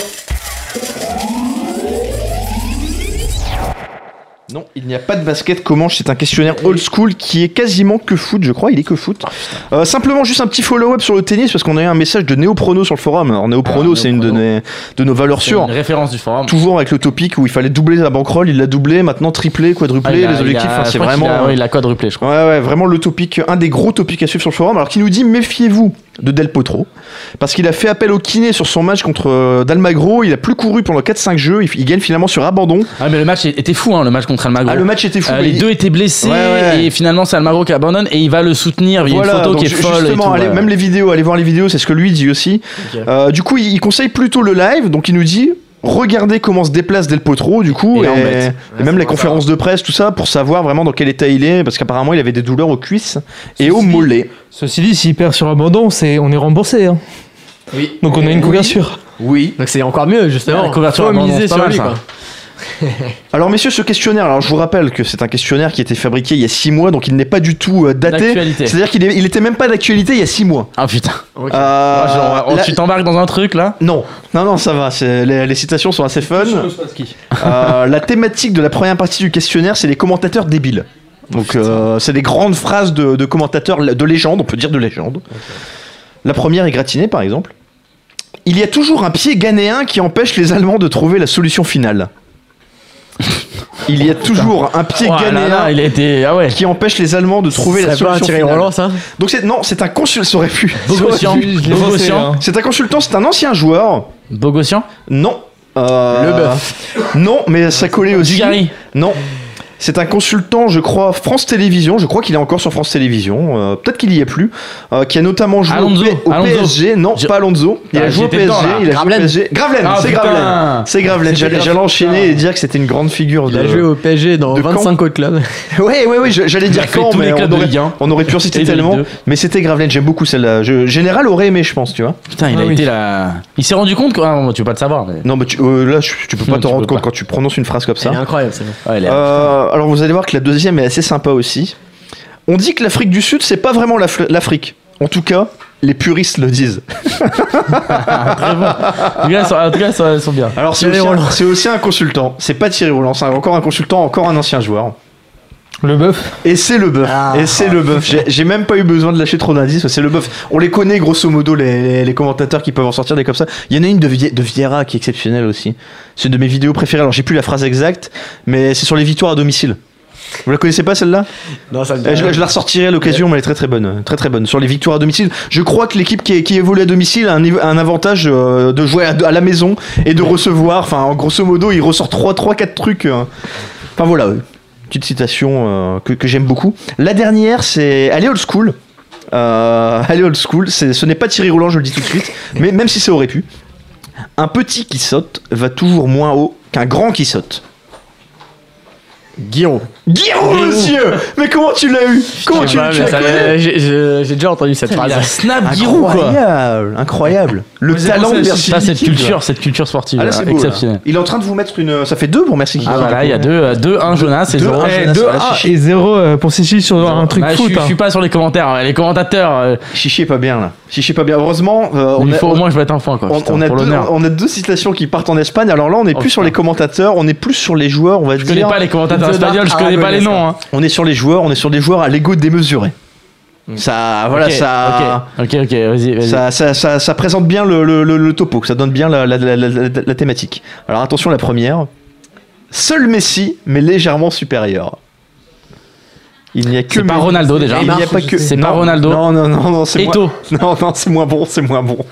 Non, il n'y a pas de basket Comanche, c'est un questionnaire old school qui est quasiment que foot, je crois, il est que foot. Simplement juste un petit follow-up sur le tennis parce qu'on a eu un message de Néoprono sur le forum. Alors Néoprono, c'est une de nos valeurs sûres. Une référence du forum. Toujours avec le topic où il fallait doubler la bankroll, il l'a doublé, maintenant triplé, quadruplé, les objectifs, c'est vraiment... Il a quadruplé, je crois. Ouais, vraiment le topic, un des gros topics à suivre sur le forum. Alors qui nous dit, méfiez-vous de Del Potro, parce qu'il a fait appel au kiné sur son match contre d'Almagro, il a plus couru pendant 4-5 jeux, il gagne finalement sur abandon. Ah mais le match était fou, hein, le match contre Almagro. Ah, le match était fou. Les deux étaient blessés et finalement c'est Almagro qui abandonne et il va le soutenir. Il y a une photo qui est folle. Justement, et tout, même les vidéos, allez voir les vidéos, c'est ce que lui dit aussi. Okay. Du coup, il conseille plutôt le live, donc il nous dit... Regardez comment se déplace Del Potro du coup et même les conférences de presse, tout ça, pour savoir vraiment dans quel état il est, parce qu'apparemment il avait des douleurs aux cuisses et aux mollets. Ceci dit, s'il perd sur abandon, on est remboursé, hein. Oui. Donc on a une couverture. Oui. Donc c'est encore mieux justement. La couverture miser sur lui quoi. Alors messieurs, ce questionnaire, alors je vous rappelle que c'est un questionnaire qui a été fabriqué il y a 6 mois, donc il n'est pas du tout daté. C'est-à-dire qu'il était même pas d'actualité il y a 6 mois. Ah putain. Okay. Tu t'embarques dans un truc là ? Non, ça va, les citations sont assez fun. La thématique de la première partie du questionnaire, c'est les commentateurs débiles. Donc c'est des grandes phrases de commentateurs de légende, on peut dire de légende. Okay. La première est gratinée par exemple. Il y a toujours un pied ghanéen qui empêche les Allemands de trouver la solution finale. Il y a toujours un pied ghanéen qui empêche les Allemands de trouver la solution finale. Roland, ça. Donc c'est un consultant, ça aurait pu. Bogossian. C'est un consultant, c'est un ancien joueur. Bogossian ? Non. Le Bœuf. Non, mais ça collait aussi. Dugarry. Non. C'est un consultant, je crois, France Télévisions. Je crois qu'il est encore sur France Télévisions. Peut-être qu'il y est plus. Qui a notamment joué au PSG. Non, pas Alonso. Il a joué au PSG. Il a joué au PSG. Gravelaine, c'est Gravelaine. C'est Gravelaine. J'allais enchaîner et dire que c'était une grande figure. Il a joué au PSG dans 25 autres clubs. Oui. J'allais dire quand, mais on aurait pu en citer tellement. Mais c'était Gravelaine. J'aime beaucoup celle-là. Général aurait aimé, je pense, tu vois. Putain, il a été là. Il s'est rendu compte quoi. Tu peux pas te savoir. Non, mais là, tu peux pas te rendre compte quand tu prononces une phrase comme ça. Elle est incroyable, c'est alors vous allez voir que la deuxième est assez sympa aussi. On dit que l'Afrique du Sud, c'est pas vraiment l'Afrique. En tout cas, les puristes le disent. Très bon. En tout cas, ils sont bien. Alors c'est aussi un consultant. C'est pas Thierry Roland, c'est encore un consultant, encore un ancien joueur. Le Bœuf. Et c'est le Bœuf. Le Bœuf. J'ai même pas eu besoin de lâcher trop d'indices. C'est le Bœuf. On les connaît grosso modo, les commentateurs qui peuvent en sortir des comme ça. Il y en a une de Vieira qui est exceptionnelle aussi. C'est une de mes vidéos préférées. Alors j'ai plus la phrase exacte, mais c'est sur les victoires à domicile. Vous la connaissez pas celle-là ? Non, ça me dit je la ressortirai à l'occasion, mais elle est très très bonne. Très très bonne. Sur les victoires à domicile, je crois que l'équipe qui évolue à domicile a un avantage de jouer à la maison et de recevoir. Enfin, grosso modo, il ressort 3-4 trucs. Enfin voilà. Petite citation que j'aime beaucoup. La dernière, c'est... Elle est old school. Ce n'est pas Thierry Roland, je le dis tout de suite. Mais même si ça aurait pu. Un petit qui saute va toujours moins haut qu'un grand qui saute. Guiraud, monsieur. Mais comment tu l'as eu? Comment tu l'as eu? J'ai déjà entendu cette phrase. Snap Giroud, quoi. Incroyable. Le talent de Merci Kiki. Cette culture sportive exceptionnelle. Il est en train de vous mettre une. Ça fait 2 pour Merci Kiki. Ah voilà, il y a 2-1 Jonas et 2-1 et 0 pour Chichi sur un truc foot. Je suis pas sur les commentaires. Les commentateurs. Chichi est pas bien là. Chichi est pas bien. Heureusement. Il faut au moins que je mette un point, quoi. On a 2 citations qui partent en Espagne. Alors là, on n'est plus sur les commentateurs, on est plus sur les joueurs, on va dire. Je connais pas les commentateurs espagnols, je connais pas les noms. On est sur les joueurs, à l'ego démesuré. Ça, voilà, ça. Ok, vas-y. Ça présente bien le topo, ça donne bien la thématique. Alors attention, la première. Seul Messi, mais légèrement supérieur. Il n'y a que. C'est pas Ronaldo déjà. Il n'y a pas que. C'est pas Ronaldo. Non, c'est Eto'o. Non, c'est moins bon. C'est moins bon.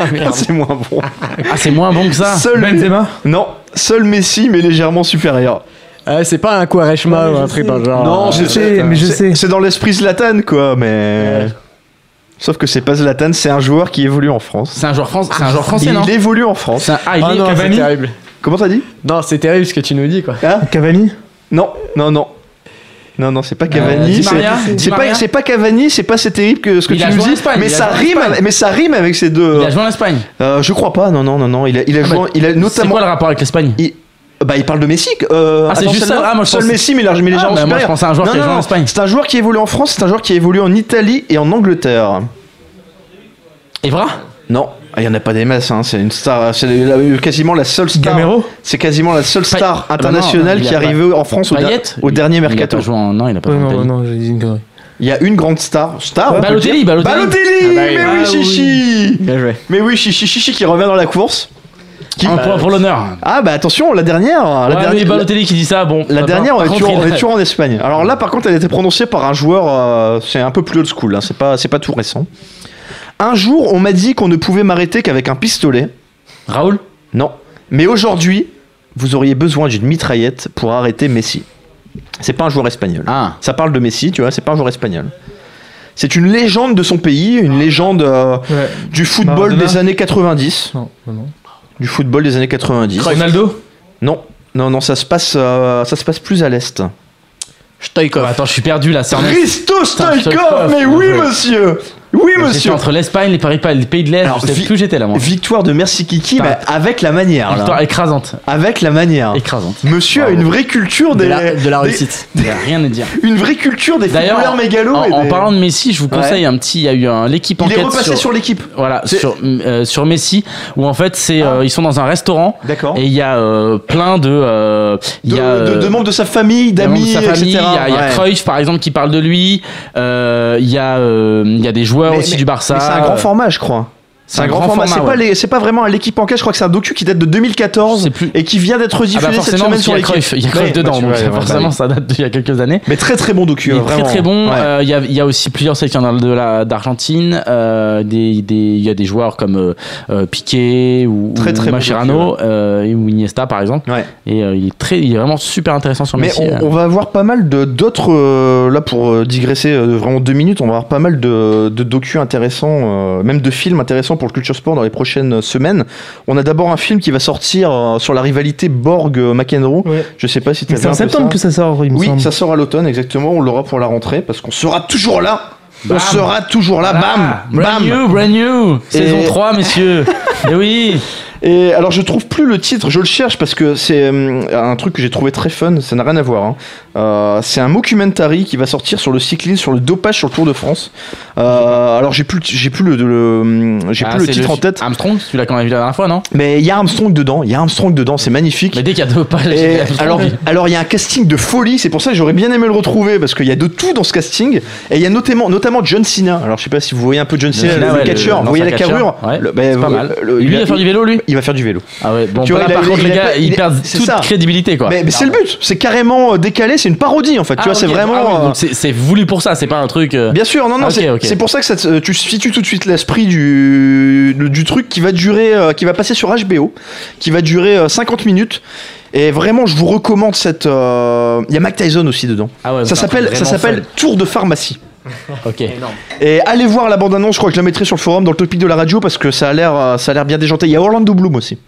Ah, c'est moins bon que ça. Benzema. Non, seul Messi, mais légèrement supérieur. C'est pas un Quaresma ou un truc dans le genre. Non, je sais. C'est dans l'esprit Zlatan, quoi, mais. Ouais. Sauf que c'est pas Zlatan, c'est un joueur qui évolue en France. C'est un joueur français, non? Il évolue en France. Il est non, Cavani. c'est terrible. Comment t'as dit? Non, c'est terrible ce que tu nous dis, quoi. Cavani? Non, c'est pas Cavani. C'est pas Cavani, c'est pas terrible que ce que tu nous dis. Mais ça rime avec ces deux. Il a joué en Espagne. Je crois pas. Non. Il a joué. Il a notamment. C'est quoi le rapport avec l'Espagne? Il parle de Messi. C'est juste ça. Moi, seul Messi, mais légèrement supérieur. Moi, je pensais à un joueur qui a joué en Espagne. C'est un joueur qui évolue en France. C'est un joueur qui évolue en Italie et en Angleterre. Evra? Non. Il n'y en a pas des masses, hein. C'est une star, c'est quasiment la seule star. Gamero? C'est quasiment la seule star internationale qui est arrivée en France au dernier mercato. Non, il n'a pas joué en Italie. Non, j'ai dit une connerie. Il y a une grande star. Balotelli. Mais oui, Chichi. Bien joué. Mais oui, Chichi qui revient dans la course. Un point pour l'honneur. Ah bah attention, la dernière. Mais Balotelli qui dit ça, bon. La dernière, on est toujours en Espagne. Alors là, par contre, elle a été prononcée par un joueur. C'est un peu plus old school. Hein, c'est pas tout récent. Un jour, on m'a dit qu'on ne pouvait m'arrêter qu'avec un pistolet. Raoul? Non. Mais aujourd'hui, vous auriez besoin d'une mitraillette pour arrêter Messi. C'est pas un joueur espagnol. Ça parle de Messi, tu vois, c'est pas un joueur espagnol. C'est une légende de son pays, une légende du football des années 90. Non. Du football des années 90. Ronaldo? Non, ça se passe plus à l'est. Stoïkov. Attends, je suis perdu là. Christo Stoïkov, mais oui, monsieur. Oui, monsieur. J'étais entre l'Espagne, les pays de l'Est. Je sais plus où j'étais là, moi. Victoire de Merci Kiki, avec la manière. Victoire écrasante. Avec la manière. Écrasante. Monsieur a une vraie culture de la réussite. Il n'y a rien à dire. Une vraie culture des footballeurs mégalos. En parlant de Messi, je vous conseille il y a eu l'équipe enquête. Il est repassé sur l'équipe. Voilà, sur Messi, où en fait ils sont dans un restaurant. D'accord. Et il y a plein de membres de sa famille, d'amis, etc. Il y a Cruyff par exemple qui parle de lui. Il y a des joueurs aussi du Barça. Mais c'est un grand format, je crois. C'est un grand format. C'est pas vraiment l'équipe en cash. Je crois que c'est un docu qui date de 2014 et qui vient d'être diffusé cette semaine sur l'équipe. Il y a Cruyff dedans, donc forcément ça date d'il y a quelques années. Mais très très bon docu. Très bon. Il y a aussi plusieurs sélectionneurs d'Argentine. Il y a des joueurs comme Piqué ou Mascherano ou Iniesta par exemple. Et il est vraiment super intéressant sur Messi. Mais on va avoir pas mal d'autres là pour digresser vraiment 2 minutes. On va avoir pas mal de docus intéressants, même de films intéressants pour le Culture Sport dans les prochaines semaines. On a d'abord un film qui va sortir sur la rivalité Borg-McEnroe. Je sais pas si tu as vu. C'est en septembre que ça sort, il me semble. Oui, ça sort à l'automne, exactement. On l'aura pour la rentrée parce qu'on sera toujours là. On sera toujours là. Bam. Brand new. Saison 3, messieurs. Et oui. Et alors je trouve plus le titre, je le cherche parce que c'est un truc que j'ai trouvé très fun, ça n'a rien à voir. Hein. C'est un mockumentary qui va sortir sur le cyclisme, sur le dopage sur le Tour de France. Alors j'ai plus le titre en tête. Armstrong, tu l'as quand même vu la dernière fois, non? Mais il y a Armstrong dedans, c'est magnifique. Mais dès qu'il y a dopage, alors il y a un casting de folie, c'est pour ça que j'aurais bien aimé le retrouver parce qu'il y a de tout dans ce casting. Et il y a notamment John Cena. Alors je sais pas si vous voyez un peu John Cena, le catcheur, vous voyez la carrure. C'est pas mal. Lui il va faire du vélo, lui. Il va faire du vélo. Ah ouais, bon, par contre, les gars, ils perdent toute crédibilité, quoi. Mais c'est le but, c'est carrément décalé, c'est une parodie en fait. Tu vois, c'est vraiment. Donc c'est voulu pour ça, c'est pas un truc. Bien sûr, non, c'est pour ça que tu situes tout de suite l'esprit du truc qui va durer, qui va passer sur HBO, qui va durer 50 minutes. Et vraiment, je vous recommande cette. Il y a Mike Tyson aussi dedans. Ça s'appelle Tour de pharmacie. Ok. Et allez voir la bande-annonce, je crois que je la mettrai sur le forum dans le topic de la radio parce que ça a l'air bien déjanté. Il y a Orlando Bloom aussi.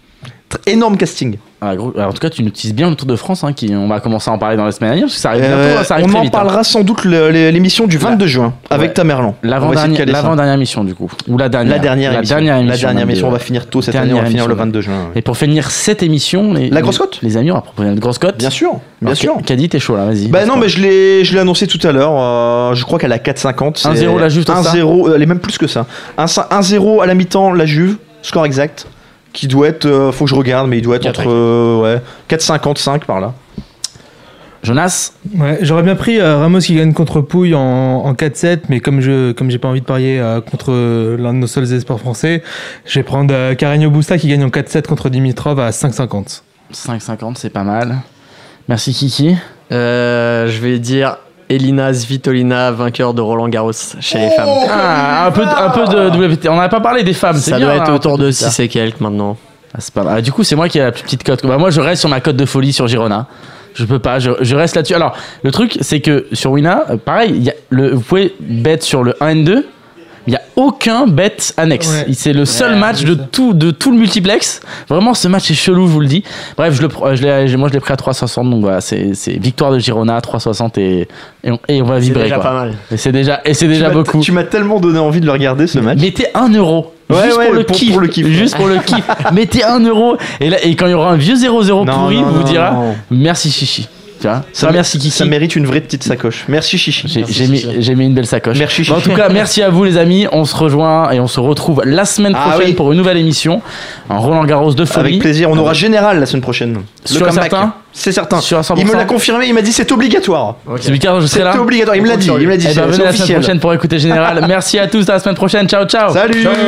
Énorme casting. Alors, en tout cas, tu nous utilises bien le Tour de France, hein, on va commencer à en parler dans la semaine à venir, parce que ça arrive bientôt, ça arrive on très en vite. parlera sans doute l'émission du 22 juin avec Tamerlan. L'avant-dernière émission, du coup. Ou la dernière. La dernière émission. On va finir tôt cette année, on va finir le 22 juin. Et pour finir cette émission, la grosse cote, les amis, on va proposer une grosse cote. Bien sûr. Caddy, t'es chaud là, vas-y. Bah non, mais je l'ai annoncé tout à l'heure. Je crois qu'elle a 4,50. 1-0 la Juve, 1-0, elle est même plus que ça. 1-0 à la mi-temps, la Juve, score exact. Qui doit être, faut que je regarde, mais il doit être entre 4,55 par là. Jonas? Ouais, j'aurais bien pris Ramos qui gagne contre Pouille en 4-7, mais comme j'ai pas envie de parier contre l'un de nos seuls espoirs français, je vais prendre Carreño Busta qui gagne en 4-7 contre Dimitrov à 5,50. 5,50, c'est pas mal. Merci Kiki. Je vais dire Elina Svitolina, vainqueur de Roland Garros chez les femmes. Un peu de WTA. On n'avait pas parlé des femmes, c'est ça bien. Ça doit être autour de 6 et quelques maintenant. C'est pas mal. Du coup, c'est moi qui ai la plus petite cote. Moi, je reste sur ma cote de folie sur Girona. Je peux pas, je reste là-dessus. Alors, le truc, c'est que sur Wina, pareil, vous pouvez bet sur le 1N2. Il n'y a aucun bet annexe. Ouais. C'est le seul match de tout le multiplex. Vraiment, ce match est chelou, je vous le dis. Bref, moi, je l'ai pris à 3,60. Donc voilà, c'est victoire de Girona, 3,60 et on va vibrer. C'est déjà quoi. Pas mal. Et c'est déjà beaucoup. Tu m'as tellement donné envie de le regarder, ce match. Mettez 1 euro. Juste pour le kiff. Juste pour le kiff. Mettez 1 euro. Et quand il y aura un vieux 0-0 pourri, vous dira merci Chichi. Merci Kiki. Ça mérite une vraie petite sacoche. Merci Chichi. J'ai mis une belle sacoche. Merci Chichi. En tout cas, merci à vous les amis. On se rejoint et on se retrouve la semaine prochaine pour une nouvelle émission. Un Roland Garros de folie. Avec plaisir. On aura Général la semaine prochaine. C'est certain. Il me l'a confirmé. Il m'a dit c'est obligatoire. Okay. C'est Victor, je serai là. C'est obligatoire. Il me l'a dit. Venez la semaine prochaine pour écouter Général. Merci à tous. À la semaine prochaine. Ciao. Salut. Ciao.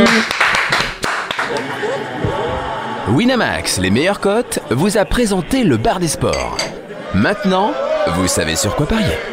Winamax, les meilleures cotes, vous a présenté le bar des sports. Maintenant, vous savez sur quoi parier.